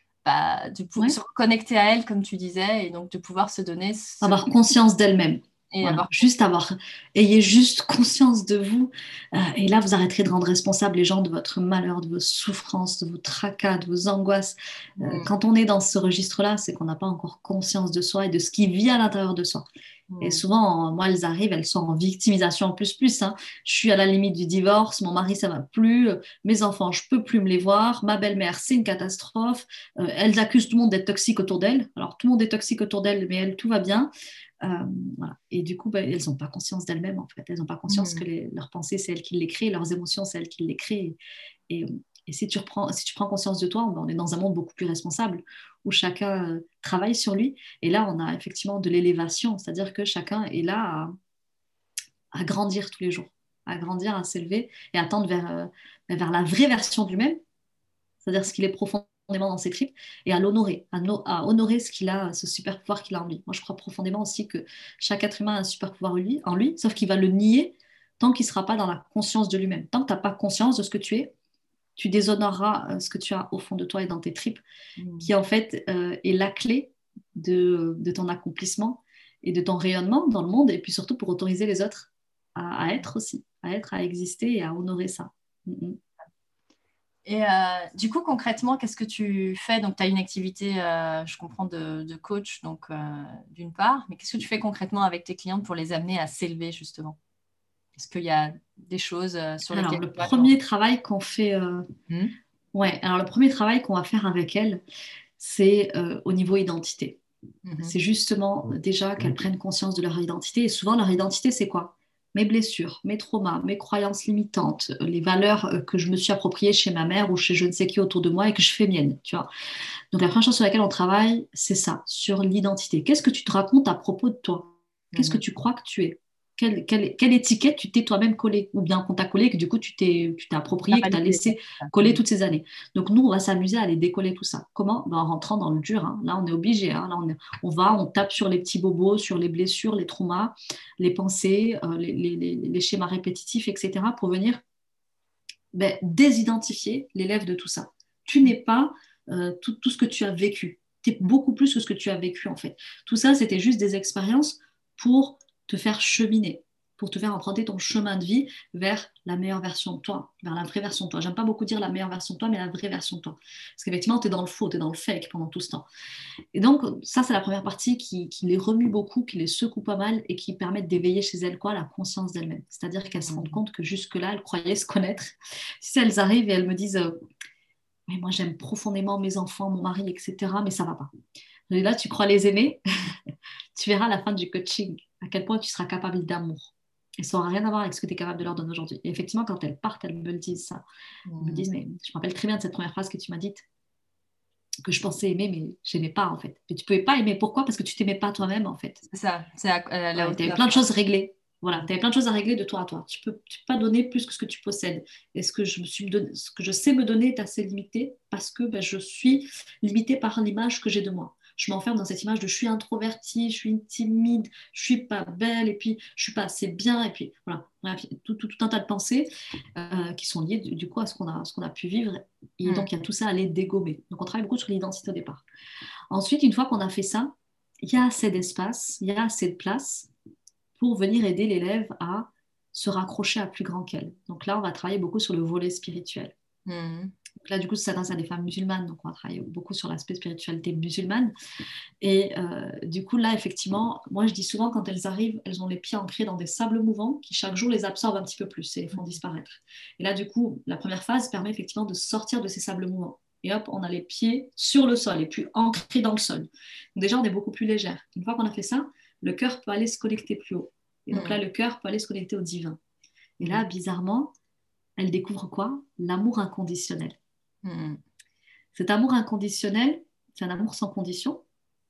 bah, de pou- ouais. se reconnecter à elles, comme tu disais, et donc de pouvoir se donner ce Avoir conscience d'elle-même. et Voilà, avoir juste avoir, ayez juste conscience de vous. Euh, et là, vous arrêterez de rendre responsables les gens de votre malheur, de vos souffrances, de vos tracas, de vos angoisses. Euh, Mm, quand on est dans ce registre-là, c'est qu'on n'a pas encore conscience de soi et de ce qui vit à l'intérieur de soi. Et mm, souvent, moi, elles arrivent, elles sont en victimisation en plus plus. Hein. Je suis à la limite du divorce, mon mari, ça va plus, euh, mes enfants, je peux plus me les voir, ma belle-mère, c'est une catastrophe. Euh, elles accusent tout le monde d'être toxique autour d'elles. Alors, tout le monde est toxique autour d'elles, mais elles, tout va bien. Euh, voilà. Et du coup, ben, elles n'ont pas conscience d'elles-mêmes, en fait. Elles n'ont pas conscience que mm. les- leurs pensées, c'est elles qui les créent, leurs émotions, c'est elles qui les créent. Et, et si, tu reprends, si tu prends conscience de toi, on est dans un monde beaucoup plus responsable, où chacun euh, travaille sur lui. Et là, on a effectivement de l'élévation, c'est-à-dire que chacun est là à, à grandir tous les jours, à grandir, à s'élever et à tendre vers, euh, vers la vraie version du même, c'est-à-dire ce qu'il est profondément dans ses tripes, et à l'honorer, à, no- à honorer ce qu'il a, ce super pouvoir qu'il a en lui. Moi, je crois profondément aussi que chaque être humain a un super pouvoir en lui, en lui, sauf qu'il va le nier tant qu'il ne sera pas dans la conscience de lui-même. Tant que tu n'as pas conscience de ce que tu es, tu déshonoreras euh, ce que tu as au fond de toi et dans tes tripes, Mm. qui en fait euh, est la clé de, de, ton accomplissement et de ton rayonnement dans le monde, et puis surtout pour autoriser les autres à, à être aussi, à être, à exister et à honorer ça. Mm-hmm. Et euh, du coup, concrètement, qu'est-ce que tu fais? Donc, tu as une activité, euh, je comprends, de, de coach, donc euh, d'une part, mais qu'est-ce que tu fais concrètement avec tes clientes pour les amener à s'élever, justement? Est-ce qu'il y a des choses euh, sur Alors, lesquelles le tu vas genre... premier travail qu'on fait, euh, Hmm. ouais, alors le premier travail qu'on va faire avec elles, c'est euh, au niveau identité. Mhm. C'est justement euh, déjà qu'elles prennent conscience de leur identité. Et souvent, leur identité, c'est quoi? Mes blessures, mes traumas, mes croyances limitantes, euh, les valeurs euh, que je me suis appropriées chez ma mère ou chez je ne sais qui autour de moi et que je fais mienne, tu vois. Donc, la première chose sur laquelle on travaille, c'est ça, sur l'identité. Qu'est-ce que tu te racontes à propos de toi? Qu'est-ce que Mhm. tu crois que tu es? Quelle, quelle- quelle étiquette tu t'es toi-même collé? Ou bien qu'on t'a collé et que du coup, tu t'es, tu t'es La approprié, que tu as validé. laissé coller toutes ces années. Donc, nous, on va s'amuser à aller décoller tout ça. Comment? Ben, en rentrant dans le dur. Hein. Là, on est obligé. Hein. Là, on, est- on va, on tape sur les petits bobos, sur les blessures, les traumas, les pensées, euh, les, les- les- les schémas répétitifs, et cetera, pour venir ben, désidentifier l'élève de tout ça. Tu n'es pas euh, tout, tout ce que tu as vécu. Tu es beaucoup plus que ce que tu as vécu, en fait. Tout ça, c'était juste des expériences pour te faire cheminer, pour te faire emprunter ton chemin de vie vers la meilleure version de toi, vers la vraie version de toi. J'aime pas beaucoup dire la meilleure version de toi, mais la vraie version de toi. Parce qu'effectivement, tu es dans le faux, tu es dans le fake pendant tout ce temps. Et donc, ça, c'est la première partie qui, qui les remue beaucoup, qui les secoue pas mal et qui permet d'éveiller chez elles quoi, la conscience d'elles-mêmes. C'est-à-dire qu'elles se rendent Mhm. compte que jusque-là, elles croyaient se connaître. Si elles arrivent et elles me disent euh, mais moi, j'aime profondément mes enfants, mon mari, et cetera, mais ça va pas. Et là, tu crois les aimer, tu verras à la fin du coaching à quel point tu seras capable d'amour. Et ça n'aura rien à voir avec ce que tu es capable de leur donner aujourd'hui. Et effectivement, quand elles partent, elles me le disent ça. Elles me Mhm. disent, mais je me rappelle très bien de cette première phrase que tu m'as dite, que je pensais aimer, mais je n'aimais pas en fait. Mais tu ne pouvais pas aimer. Pourquoi? Parce que tu t'aimais pas toi-même en fait. C'est ça, c'est à, à la Ouais, tu avais hauteur, plein de quoi. choses réglées. Voilà, tu avais plein de choses à régler de toi à toi. Tu peux, tu peux pas donner plus que ce que tu possèdes. Et ce que je, me suis donné, ce que je sais me donner est assez limité parce que ben, je suis limitée par l'image que j'ai de moi. Je m'enferme dans cette image de je suis introvertie, je suis timide, je suis pas belle, et puis je suis pas assez bien, et puis voilà, bref, tout, tout, tout un tas de pensées euh, qui sont liées du, du coup à ce qu'on a, ce qu'on a pu vivre. Et Mhm. donc il y a tout ça à aller dégommer. Donc on travaille beaucoup sur l'identité au départ. Ensuite, une fois qu'on a fait ça, il y a assez d'espace, il y a assez de place pour venir aider l'élève à se raccrocher à plus grand qu'elle. Donc là, on va travailler beaucoup sur le volet spirituel. Mhm. Donc là, du coup, ça s'adresse à des femmes musulmanes, donc on va travailler beaucoup sur l'aspect spiritualité musulmane. Et euh, du coup, là, effectivement, moi, je dis souvent, quand elles arrivent, elles ont les pieds ancrés dans des sables mouvants qui, chaque jour, les absorbent un petit peu plus et les font disparaître. Et là, du coup, la première phase permet effectivement de sortir de ces sables mouvants. Et hop, on a les pieds sur le sol et puis ancrés dans le sol. Donc déjà, on est beaucoup plus légère. Une fois qu'on a fait ça, le cœur peut aller se connecter plus haut. Et donc là, Mhm. le cœur peut aller se connecter au divin. Et là, Mhm. bizarrement, elle découvre quoi? L'amour inconditionnel. Mhm. Cet amour inconditionnel, c'est un amour sans condition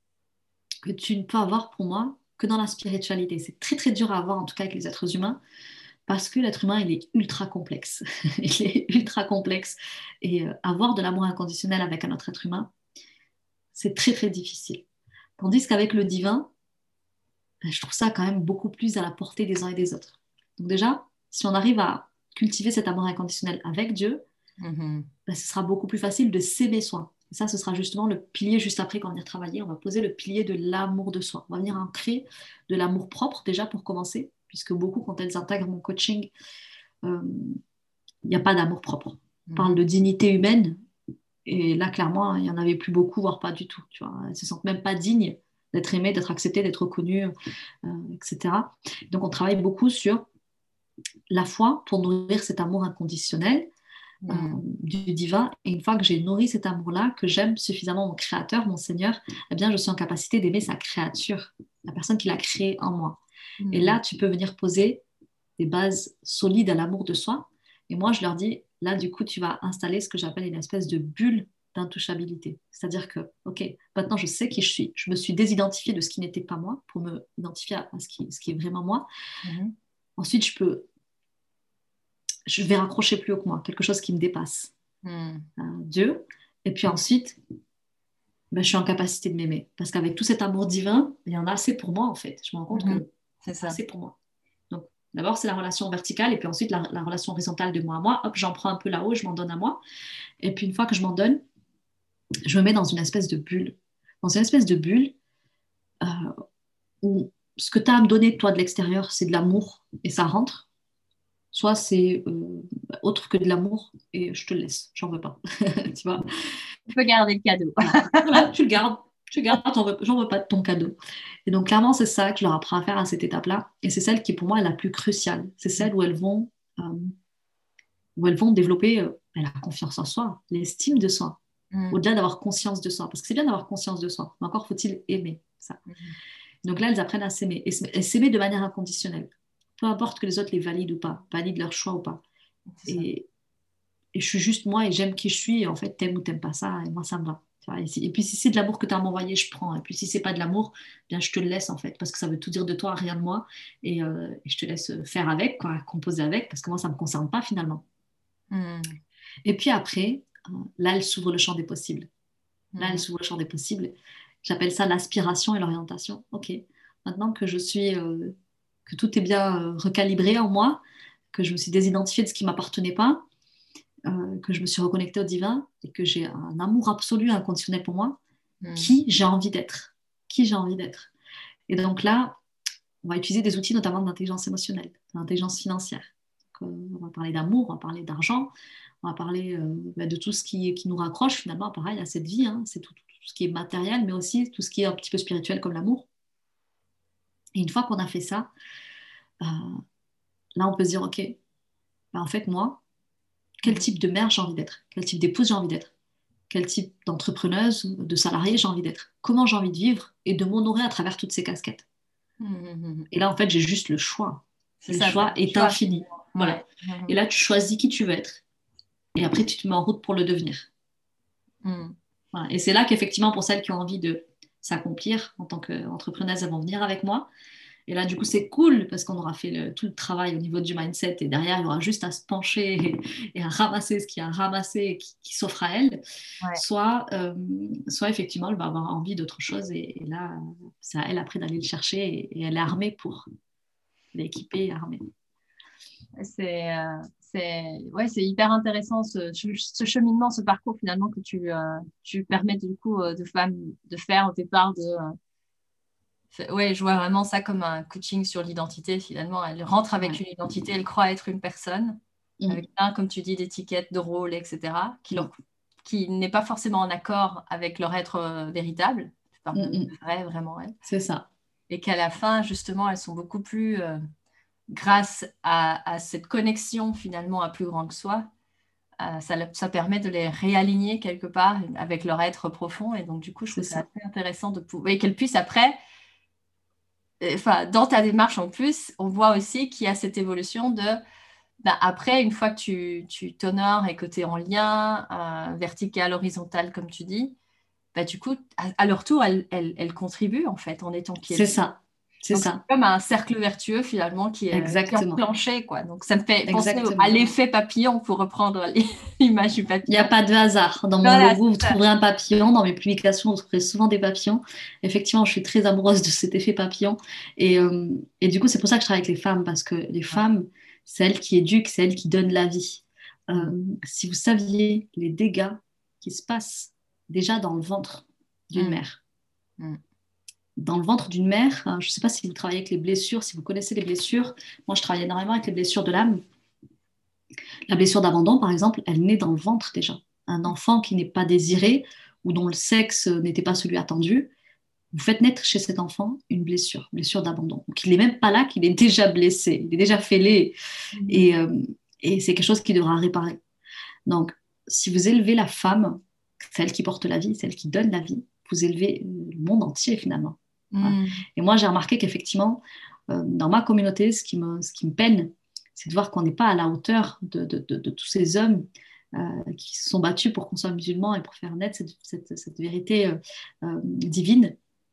que tu ne peux avoir pour moi que dans la spiritualité. C'est très très dur à avoir en tout cas avec les êtres humains parce que l'être humain il est ultra complexe. Il est ultra complexe et euh, avoir de l'amour inconditionnel avec un autre être humain, c'est très très difficile. Tandis qu'avec le divin, ben, je trouve ça quand même beaucoup plus à la portée des uns et des autres. Donc déjà, si on arrive à cultiver cet amour inconditionnel avec Dieu, Mhm. ben, ce sera beaucoup plus facile de s'aimer soi. Et ça, ce sera justement le pilier juste après qu'on va venir travailler. On va poser le pilier de l'amour de soi. On va venir ancrer de l'amour propre déjà pour commencer, puisque beaucoup, quand elles intègrent mon coaching, euh, il n'y a pas d'amour propre. On parle Mhm. de dignité humaine, et là, clairement, il n'y en avait plus beaucoup, voire pas du tout. Tu vois. Elles se sentent même pas dignes d'être aimées, d'être acceptées, d'être reconnues, euh, et cetera. Donc, on travaille beaucoup sur la foi pour nourrir cet amour inconditionnel euh, Mhm. du divin. Et une fois que j'ai nourri cet amour-là, que j'aime suffisamment mon créateur, mon Seigneur, eh bien, je suis en capacité d'aimer sa créature, la personne qui l'a créée en moi. Et là, Mhm. tu peux venir poser des bases solides à l'amour de soi. Et moi, je leur dis, là, du coup, tu vas installer ce que j'appelle une espèce de bulle d'intouchabilité. C'est-à-dire que, OK, maintenant, je sais qui je suis. Je me suis désidentifiée de ce qui n'était pas moi pour me identifier à ce qui, ce qui est vraiment moi. Mhm. Ensuite, je peux, je vais raccrocher plus haut que moi, quelque chose qui me dépasse. Mhm. Euh, Dieu. Et puis ensuite, ben, je suis en capacité de m'aimer. Parce qu'avec tout cet amour divin, il y en a assez pour moi, en fait. Je me rends compte Mhm. que C'est ça. assez pour moi. Donc, d'abord, c'est la relation verticale, et puis ensuite, la, la relation horizontale de moi à moi. Hop, j'en prends un peu là-haut, je m'en donne à moi. Et puis, une fois que je m'en donne, je me mets dans une espèce de bulle. Dans une espèce de bulle euh, où ce que tu as à me donner, toi, de l'extérieur, c'est de l'amour, et ça rentre. Soit c'est euh, autre que de l'amour, et je te le laisse, j'en veux pas. Tu vois? Tu peux garder le cadeau. Voilà, voilà, tu le gardes, tu le gardes, j'en veux, j'en veux pas de ton cadeau. Et donc, clairement, c'est ça que je leur apprends à faire à cette étape-là. Et c'est celle qui, pour moi, est la plus cruciale. C'est celle où elles vont, euh, où elles vont développer euh, la confiance en soi, l'estime de soi, Mhm. au-delà d'avoir conscience de soi. Parce que c'est bien d'avoir conscience de soi, mais encore faut-il aimer ça. Mhm. Donc là, elles apprennent à s'aimer, et s- et s'aimer de manière inconditionnelle. Peu importe que les autres les valident ou pas, valident leur choix ou pas. C'est ça. Et, et je suis juste moi et j'aime qui je suis. Et en fait, t'aimes ou t'aimes pas ça, et moi, ça me va. Tu vois. Et, si- et puis, si c'est de l'amour que tu as à m'envoyer, je prends. Et puis, si c'est pas de l'amour, bien, je te le laisse, en fait, parce que ça veut tout dire de toi, rien de moi. Et, euh, et je te laisse faire avec, quoi, composer avec, parce que moi, ça me concerne pas, finalement. Mhm. Et puis après, euh, là, elle s'ouvre le champ des possibles. Là, elle Mhm. s'ouvre le champ des possibles. J'appelle ça l'aspiration et l'orientation. OK. Maintenant que je suis, euh, que tout est bien euh, recalibré en moi, que je me suis désidentifiée de ce qui m'appartenait pas, euh, que je me suis reconnectée au divin et que j'ai un amour absolu, inconditionnel pour moi, Mhm. qui j'ai envie d'être. Qui j'ai envie d'être. Et donc là, on va utiliser des outils notamment d'intelligence émotionnelle, d'intelligence financière. Donc, euh, on va parler d'amour, on va parler d'argent, on va parler euh, bah, de tout ce qui, qui nous raccroche finalement, pareil, à cette vie. Hein. C'est tout, tout, tout ce qui est matériel, mais aussi tout ce qui est un petit peu spirituel comme l'amour. Et une fois qu'on a fait ça, euh, là, on peut se dire, OK, bah, en fait, moi, quel Mhm. type de mère j'ai envie d'être? Quel type d'épouse j'ai envie d'être? Quel type d'entrepreneuse, de salarié j'ai envie d'être? Comment j'ai envie de vivre et de m'honorer à travers toutes ces casquettes? Mhm. Et là, en fait, j'ai juste le choix. C'est Le ça, choix le est choix. infini. Ouais. Voilà. Et là, tu choisis qui tu veux être. Et après, tu te mets en route pour le devenir. Mm. Voilà. Et c'est là qu'effectivement, pour celles qui ont envie de s'accomplir en tant qu'entrepreneuse, elles vont venir avec moi. Et là, du coup, c'est cool parce qu'on aura fait le- tout le travail au niveau du mindset. Et derrière, il y aura juste à se pencher et, et à ramasser ce qu'il y a à ramasser et qui, qui s'offre à elle. Ouais. Soit, euh, soit effectivement, elle va avoir envie d'autre chose. Et, et là, c'est à elle après d'aller le chercher. Et, et elle est armée pour. Elle est équipée et armée. C'est euh, c'est ouais, c'est hyper intéressant ce, ce cheminement, ce parcours finalement que tu, euh, tu permets du coup euh, de femmes de faire au départ de euh, ouais, je vois vraiment ça comme un coaching sur l'identité finalement. Elle rentre avec Ouais. une identité, elle croit être une personne Mm. avec plein, comme tu dis, d'étiquettes, de rôles, et cetera, qui Mm. leur qui n'est pas forcément en accord avec leur être euh, véritable. Je parle Mm, de mm. vrai, vraiment elle. C'est ça. Et qu'à la fin, justement, elles sont beaucoup plus euh, grâce à, à cette connexion finalement à plus grand que soi, euh, ça, ça permet de les réaligner quelque part avec leur être profond. Et donc, du coup, je C'est trouve ça ça. assez intéressant de pouvoir, et qu'elles puissent après, euh, enfin, dans ta démarche en plus, on voit aussi qu'il y a cette évolution de, ben, après, une fois que tu, tu t'honores et que tu es en lien euh, vertical, horizontal, comme tu dis, ben, du coup, à, à leur tour, elles, elles, elles contribuent en fait en étant qui elles C'est sont. ça. C'est Donc, c'est ça. comme un cercle vertueux finalement qui est, qui est Exactement. enclenché, quoi. Donc, ça me fait penser au- à Exactement. l'effet papillon pour reprendre l'image du Il n'y a papillon. pas de hasard. Dans mon Voilà, logo, vous c'est ça. trouverez un papillon. Dans mes publications, vous trouverez souvent des papillons. Effectivement, je suis très amoureuse de cet effet papillon. Et, euh, et du coup, c'est pour ça que je travaille avec les femmes, parce que les Ouais. femmes, c'est elles qui éduquent, c'est elles qui donnent la vie. Mm. Euh, si vous saviez les dégâts qui se passent déjà dans le ventre d'une Mm. mère. Mm. Dans le ventre d'une mère, hein, je ne sais pas si vous travaillez avec les blessures, si vous connaissez les blessures. Moi, je travaille énormément avec les blessures de l'âme. La blessure d'abandon, par exemple, elle naît dans le ventre déjà. Un enfant qui n'est pas désiré ou dont le sexe n'était pas celui attendu, vous faites naître chez cet enfant une blessure, blessure d'abandon. Donc il n'est même pas là qu'il est déjà blessé, il est déjà fêlé Mm. et, euh, et c'est quelque chose qui devra réparer. Donc si vous élevez la femme, celle qui porte la vie, celle qui donne la vie, vous élevez le monde entier finalement. Voilà. Mm. Et moi j'ai remarqué qu'effectivement, euh, dans ma communauté, ce qui me, ce qui me peine, c'est de voir qu'on n'est pas à la hauteur de, de, de, de tous ces hommes euh, qui se sont battus pour qu'on soit musulmans et pour faire naître cette, cette, cette vérité euh, euh, divine.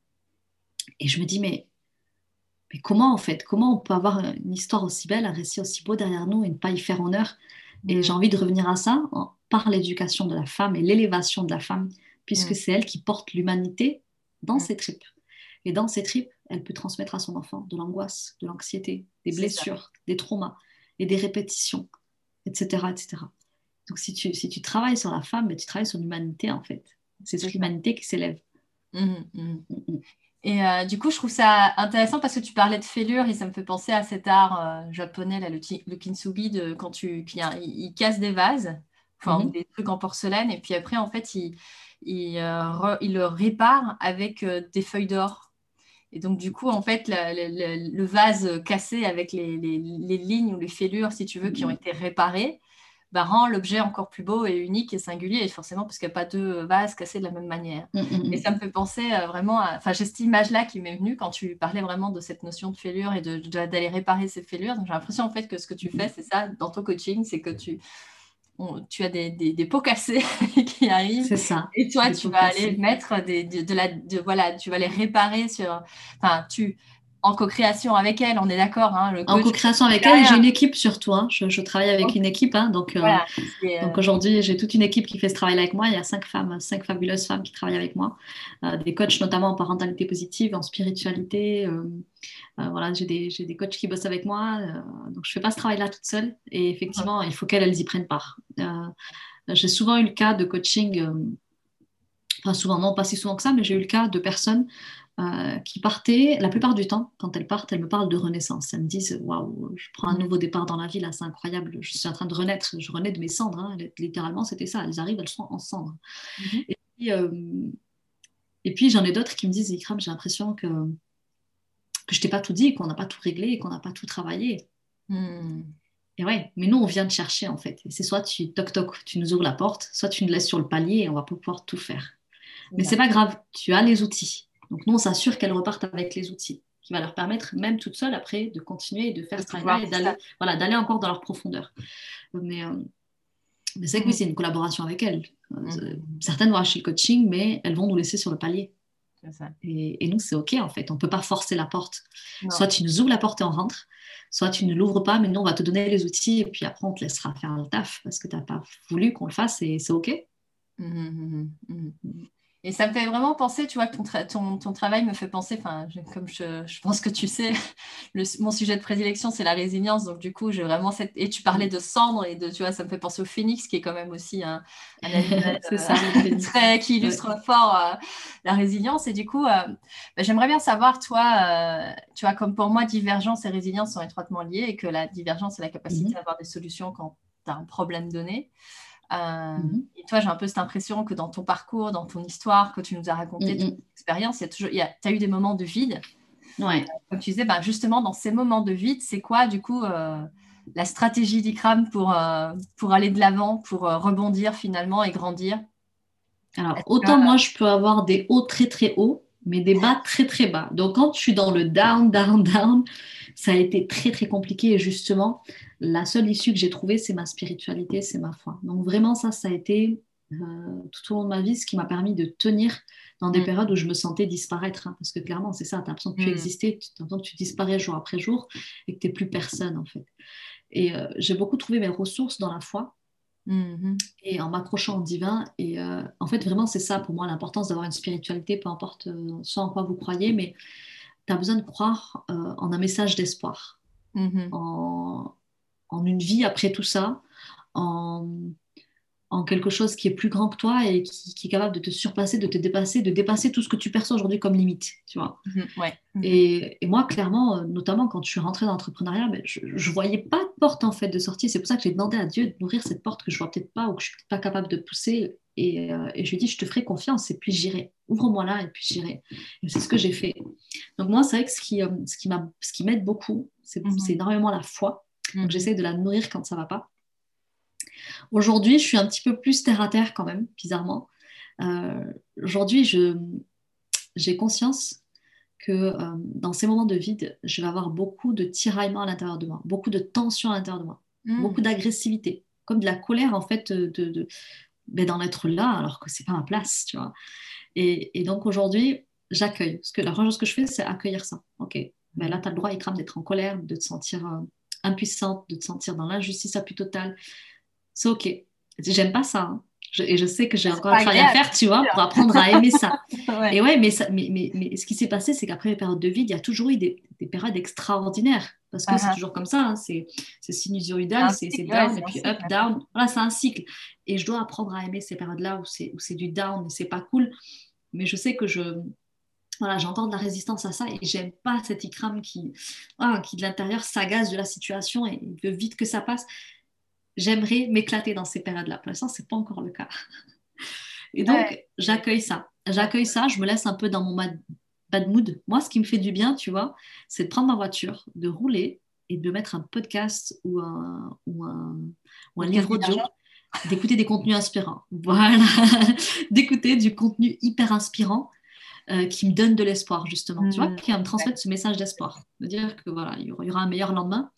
Et je me dis, mais, mais comment en fait, comment on peut avoir une histoire aussi belle, un récit aussi beau derrière nous et ne pas y faire honneur? Et Mm. j'ai envie de revenir à ça en- par l'éducation de la femme et l'élévation de la femme, puisque Mm. c'est elle qui porte l'humanité dans Mm. ses tripes. Et dans ses tripes, elle peut transmettre à son enfant de l'angoisse, de l'anxiété, des C'est ça. blessures, des traumas et des répétitions, et cetera, et cetera. Donc si tu, si tu travailles sur la femme, ben, tu travailles sur l'humanité en fait. C'est C'est toute ça. l'humanité qui s'élève. Mm. Mm. Mm, mm. Et euh, du coup, je trouve ça intéressant parce que tu parlais de fêlure et ça me fait penser à cet art euh, japonais, là, le, ki- le kintsugi, de, quand tu, qui- il, il casse des vases, enfin, ou Mhm. des trucs en porcelaine, et puis après, en fait, il, il, euh, re- il le répare avec euh, des feuilles d'or. Et donc, du coup, en fait, la- la- la- le vase cassé avec les, les- les lignes ou les fêlures, si tu veux, qui ont été réparées, bah, rend l'objet encore plus beau et unique et singulier, et forcément, parce qu'il n'y a pas deux vases cassés de la même manière. Mm, mm, Et mm. ça me fait penser euh, vraiment à... Enfin, j'ai cette image-là qui m'est venue quand tu parlais vraiment de cette notion de fêlure et de, de- d'aller réparer ces fêlures. Donc, j'ai l'impression, en fait, que ce que tu fais, c'est ça, dans ton coaching, c'est que tu, on- tu as des, des- des pots cassés qui arrivent, C'est ça, et toi, des tu pots vas aller cassés. mettre des, de, de la... de- voilà, tu vas les réparer sur... Enfin, tu... En co-création avec elle, on est d'accord, hein, le En coach, co-création avec elle, et j'ai derrière. une équipe surtout, hein. Je, je travaille avec Donc, une équipe, hein. Donc, euh, voilà, c'est... donc euh, aujourd'hui, j'ai toute une équipe qui fait ce travail avec moi. Il y a cinq femmes, cinq fabuleuses femmes qui travaillent avec moi, Euh, des coachs notamment en parentalité positive, en spiritualité. euh, euh, voilà, j'ai des, j'ai des coachs qui bossent avec moi. euh, donc, je fais pas ce travail-là toute seule. Et effectivement, il faut qu'elles elles y prennent part. Euh, j'ai souvent eu le cas de coaching. euh, Enfin, souvent, non, pas si souvent que ça, mais j'ai eu le cas de personnes euh, qui partaient, la plupart du temps, quand elles partent, elles me parlent de renaissance. Elles me disent, waouh, je prends un nouveau départ dans la vie, là, c'est incroyable, je suis en train de renaître, je renais de mes cendres, hein. Littéralement, c'était ça, elles arrivent, elles sont en cendres. Mhm. Et puis, euh, et puis j'en ai d'autres qui me disent, Ikram, j'ai l'impression que, que je t'ai pas tout dit, qu'on n'a pas tout réglé, qu'on n'a pas tout travaillé. Hmm. Et ouais, mais nous, on vient te chercher, en fait. Et c'est soit tu, toc toc, tu nous ouvres la porte, soit tu nous laisses sur le palier et on va pas pouvoir tout faire. C'est Mais ça. c'est pas grave, tu as les outils. Donc nous, on s'assure qu'elles repartent avec les outils qui va leur permettre, même toute seule, après, de continuer et de faire de ce travail-là et d'aller, ça. voilà, d'aller encore dans leur profondeur. Mais, euh, mais c'est que oui, c'est une collaboration avec elles. Euh, Mhm. certaines vont acheter le coaching, mais elles vont nous laisser sur le palier. C'est ça. Et, et nous, c'est OK, en fait. On ne peut pas forcer la porte. Non. Soit tu nous ouvres la porte et on rentre, soit tu ne l'ouvres pas, mais nous, on va te donner les outils et puis après, on te laissera faire le taf parce que tu n'as pas voulu qu'on le fasse et c'est OK. Mhm, mhm, mhm. Et ça me fait vraiment penser, tu vois, que ton, tra- ton, ton travail me fait penser, enfin, je- comme je, je pense que tu sais, le, mon sujet de prédilection, c'est la résilience. Donc, du coup, j'ai vraiment cette. Et tu parlais de cendre et de, tu vois, ça me fait penser au phénix, qui est quand même aussi un, un animal C'est euh, ça, le phénix. très, qui Ouais. illustre fort euh, la résilience. Et du coup, euh, bah, j'aimerais bien savoir, toi, euh, tu vois, comme pour moi, divergence et résilience sont étroitement liées et que la divergence, c'est la capacité Mhm, d'avoir des solutions quand tu as un problème donné. Euh, mhm, et toi, j'ai un peu cette impression que dans ton parcours, dans ton histoire que tu nous as raconté, ton mhm. expérience, il y a toujours, il y a, tu as eu des moments de vide. Ouais. Comme tu disais, bah, justement, dans ces moments de vide, c'est quoi, du coup, euh, la stratégie d'Ikram pour, euh, pour aller de l'avant, pour euh, rebondir finalement et grandir? Alors, Est-ce que... autant moi, je peux avoir des hauts très très hauts, mais des bas très très bas. Donc, quand je suis dans le down, down, down, ça a été très très compliqué. Et justement, la seule issue que j'ai trouvée, c'est ma spiritualité, c'est ma foi. Donc, vraiment, ça, ça a été euh, tout au long de ma vie ce qui m'a permis de tenir dans des Mm, périodes où je me sentais disparaître. Hein. Parce que clairement, c'est ça, tu as l'impression de plus mm, exister, tu as l'impression que tu disparais jour après jour et que tu n'es plus personne, en fait. Et euh, j'ai beaucoup trouvé mes ressources dans la foi mm, et en m'accrochant au divin. Et euh, en fait, vraiment, c'est ça pour moi l'importance d'avoir une spiritualité, peu importe euh, ce en quoi vous croyez, mais tu as besoin de croire euh, en un message d'espoir, mm, mm. en, en une vie après tout ça, en, en quelque chose qui est plus grand que toi et qui, qui est capable de te surpasser, de te dépasser, de dépasser tout ce que tu perçois aujourd'hui comme limite, tu vois. Mhm, ouais. Mhm, Et, et moi, clairement, euh, notamment quand je suis rentrée dans l'entrepreneuriat, ben, je ne voyais pas de porte en fait de sortie. C'est pour ça que j'ai demandé à Dieu d'ouvrir cette porte que je vois peut-être pas ou que je suis peut-être pas capable de pousser. Et, euh, et je lui ai dit, je te ferai confiance et puis j'irai. Ouvre-moi là et puis j'irai. Et c'est ce que j'ai fait. Donc moi, c'est vrai que ce qui, euh, ce qui m'a, ce qui m'aide beaucoup, c'est, c'est mhm, énormément la foi. Donc mhm. j'essaie de la nourrir quand ça va pas. Aujourd'hui, je suis un petit peu plus terre à terre quand même, bizarrement. Euh, Aujourd'hui, je, j'ai conscience que euh, dans ces moments de vide, je vais avoir beaucoup de tiraillements à l'intérieur de moi, beaucoup de tensions à l'intérieur de moi, beaucoup Mm. d'agressivité, comme de la colère en fait de, de, ben, d'en être là alors que c'est pas ma place, tu vois. Et, et donc aujourd'hui, j'accueille. Parce que la première chose que je fais, c'est accueillir ça. Ok, ben là, tu as le droit, Ikram, d'être en colère, de te sentir euh, impuissante, de te sentir dans l'injustice la plus totale. C'est ok. J'aime pas ça. Hein. Je- et je sais que j'ai C'est encore un pas travail à agréable, faire, tu c'est vois, pour sûr. apprendre à aimer ça. Ouais. Et ouais, mais, ça, mais, mais, mais ce qui s'est passé, c'est qu'après les périodes de vide, il y a toujours eu des, des périodes extraordinaires. Parce que Ah, c'est ah. toujours comme ça, hein, c'est, c'est C'est sinusoïdal, un c'est, c'est cycle, ouais, down, et c'est un puis cycle. up, down. Voilà, c'est un cycle. Et je dois apprendre à aimer ces périodes-là où c'est, où c'est du down et c'est pas cool. Mais je sais que je, voilà, j'ai encore de la résistance à ça et j'aime pas cet Ikram qui, ah, qui de l'intérieur s'agace de la situation et il veut vite que ça passe. J'aimerais m'éclater dans ces périodes-là. Pour l'instant, c'est pas encore le cas. Et Ouais, donc, c'est- j'accueille ça. ouais. J'accueille ça, je me laisse un peu dans mon mad- bad mood. Moi, ce qui me fait du bien, tu vois, c'est de prendre ma voiture, de rouler et de mettre un podcast ou un, ou un, ou un Podcast livre audio, divergent. d'écouter des contenus inspirants. Voilà, d'écouter du contenu hyper inspirant euh, qui me donne de l'espoir, justement. Tu vois, Mm. qui va me Ouais. transmettre ce message d'espoir. Me dire que voilà, il y aura il y aura un meilleur lendemain.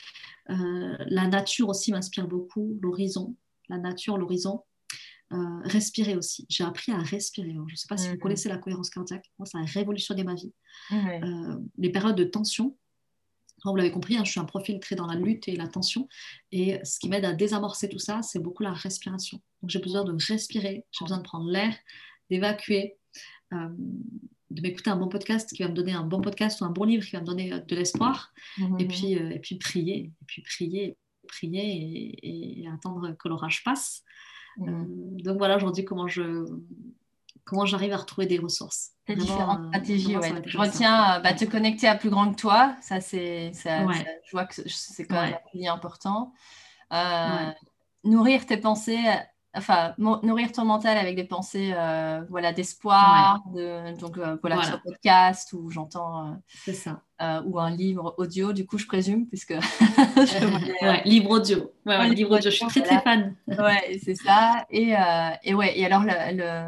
Euh, la nature aussi m'inspire beaucoup, l'horizon. La nature, l'horizon. Euh, respirer aussi. J'ai appris à respirer. Alors, je ne sais pas si vous Mm. connaissez la cohérence cardiaque. Moi, ça a révolutionné ma vie. Ouais. Euh, les périodes de tension, vous l'avez compris, hein, je suis un profil très dans la lutte et la tension. Et ce qui m'aide à désamorcer tout ça, c'est beaucoup la respiration. Donc, j'ai besoin de respirer, j'ai besoin de prendre l'air, d'évacuer, euh, de m'écouter un bon podcast qui va me donner un bon podcast ou un bon livre qui va me donner euh, de l'espoir. Et Mhm. puis, euh, et puis prier, et puis prier, prier et, et attendre que l'orage passe. Euh, Mhm. donc voilà aujourd'hui comment je comment j'arrive à retrouver des ressources. Les Vraiment, différentes euh, stratégies, vraiment ouais. ça va Donc, être je comme ça. retiens, euh, bah, Ouais, te connecter à plus grand que toi. Ça, c'est, ça, ça- ouais, je vois que c'est quand même un ouais, pilier important. Euh, ouais. Nourrir tes pensées, euh, enfin, mo- nourrir ton mental avec des pensées, euh, voilà, Ouais, d'espoir, de, donc, euh, voilà, que ce soit voilà, podcast ou j'entends, euh, c'est ça. euh, ou un livre audio, du coup, je présume, puisque je voulais, euh, Ouais, livre audio. Ouais, un ouais, livre livre audio. Je suis audio, très très voilà. fan. Ouais, c'est ça. Et, euh, et ouais, et alors le, le-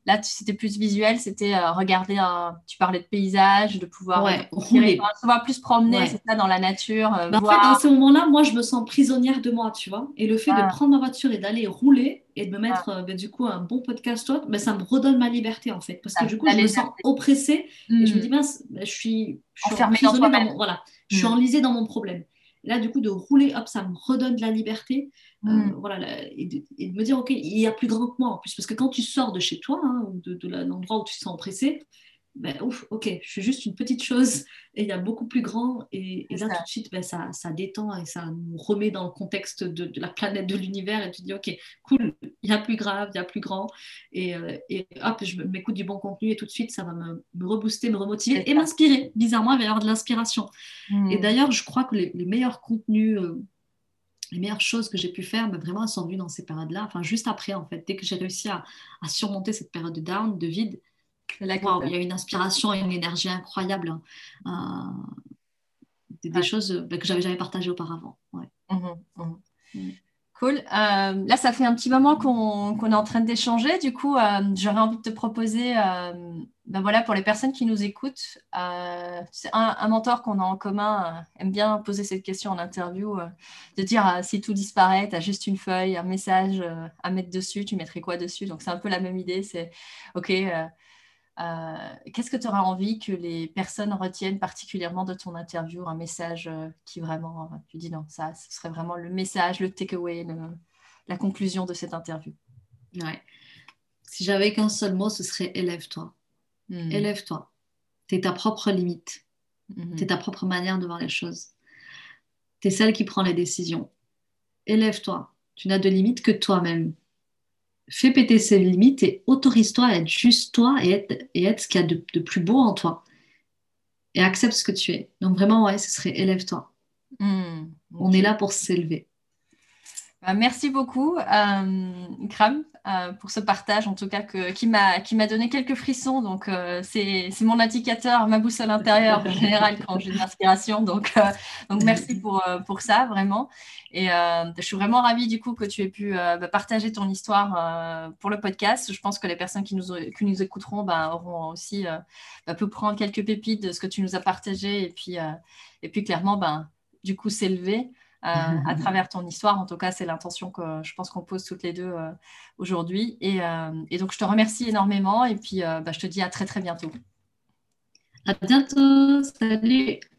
Là, tu- c'était plus visuel, c'était euh, regarder, un, tu parlais de paysage, de pouvoir Ouais, respirer, enfin, rouler. pouvoir plus promener, c'est Ouais. ça, dans la nature, euh, Ben, en fait, dans voir. ces moments-là, moi, je me sens prisonnière de moi, tu vois. Et le fait de Ah, prendre ma voiture et d'aller rouler et de me ah, mettre, euh, ben, du coup, un bon podcast, toi, ben, ça me redonne ma liberté, en fait. Parce que ça, du coup, la je me sens légèreté. oppressée et je me Hmm. dis, mince, ben, je suis, je suis Enfermé dans emprisonnée dans toi-même. mon, voilà, je suis Hmm. enlisée dans mon problème. Et là, du coup, de rouler, hop, ça me redonne de la liberté. Hmm. Euh, voilà, là, et, de, et de me dire, OK, il y a plus grand que moi, en plus. Parce que quand tu sors de chez toi, hein, ou de, de l'endroit où tu te sens oppressé, ben, ouf, ok, je suis juste une petite chose et il y a beaucoup plus grand. Et, et C'est là, tout ça. de suite, ben, ça, ça détend et ça nous remet dans le contexte de, de la planète, de l'univers. Et tu te dis, ok, cool, il y a plus grave, il y a plus grand. Et, euh, et hop, je m'écoute du bon contenu et tout de suite, ça va me, me rebooster, me C'est remotiver et ça. m'inspirer. Bizarrement, il va y avoir de l'inspiration. Et Hmm. d'ailleurs, je crois que les, les meilleurs contenus, euh, les meilleures choses que j'ai pu faire, ben, vraiment, elles sont venues dans ces périodes-là. Enfin, juste après, en fait, dès que j'ai réussi à, à surmonter cette période de down, de vide, C'est là que waouh, t'as- il y a une inspiration et une énergie incroyable, hein. Euh, des, des ouais. choses euh, bah, que j'avais jamais partagées auparavant. Ouais. Mhm, mhm. Mm. Cool. Euh, là, ça fait un petit moment qu'on qu'on est en train d'échanger. Du coup, euh, j'aurais envie de te proposer, euh, ben voilà, pour les personnes qui nous écoutent, euh, c'est un, un mentor qu'on a en commun, euh, aime bien poser cette question en interview, euh, de dire euh, si tout disparaît, tu as juste une feuille, un message euh, à mettre dessus, tu mettrais quoi dessus? Donc, c'est un peu la même idée. C'est, OK, euh, euh, qu'est-ce que tu auras envie que les personnes retiennent particulièrement de ton interview? Un message euh, qui vraiment, euh, tu dis non, ça, ce serait vraiment le message, le takeaway, le- la conclusion de cette interview. Ouais. Si j'avais qu'un seul mot, ce serait élève-toi. Hmm. Élève-toi. T'es ta propre limite. T'es Mhm. ta propre manière de voir les choses. T'es celle qui prend les décisions. Élève-toi. Tu n'as de limites que toi-même. Fais péter ces limites et autorise-toi à être juste toi et être, et être ce qu'il y a de, de plus beau en toi. Et accepte ce que tu es. Donc vraiment, ouais, ce serait élève-toi. Hmm. On est Ok. là pour s'élever. Euh, Merci beaucoup, euh, Ikram, euh, pour ce partage, en tout cas, que, qui m'a, qui m'a donné quelques frissons. Donc, euh, c'est, c'est mon indicateur, ma boussole intérieure en général quand j'ai de l'inspiration. Donc, euh, donc merci pour, euh, pour ça, vraiment. Et euh, je suis vraiment ravie, du coup, que tu aies pu euh, bah, partager ton histoire euh, pour le podcast. Je pense que les personnes qui nous, qui nous écouteront bah, auront aussi euh, bah, pu prendre quelques pépites de ce que tu nous as partagé. Et puis, euh, et puis clairement, ben, du coup, s'élever euh, à travers ton histoire. En tout cas, c'est l'intention que je pense qu'on pose toutes les deux euh, aujourd'hui. Et, euh, et donc, je te remercie énormément et puis euh, bah, je te dis à très, très bientôt. À bientôt. Salut.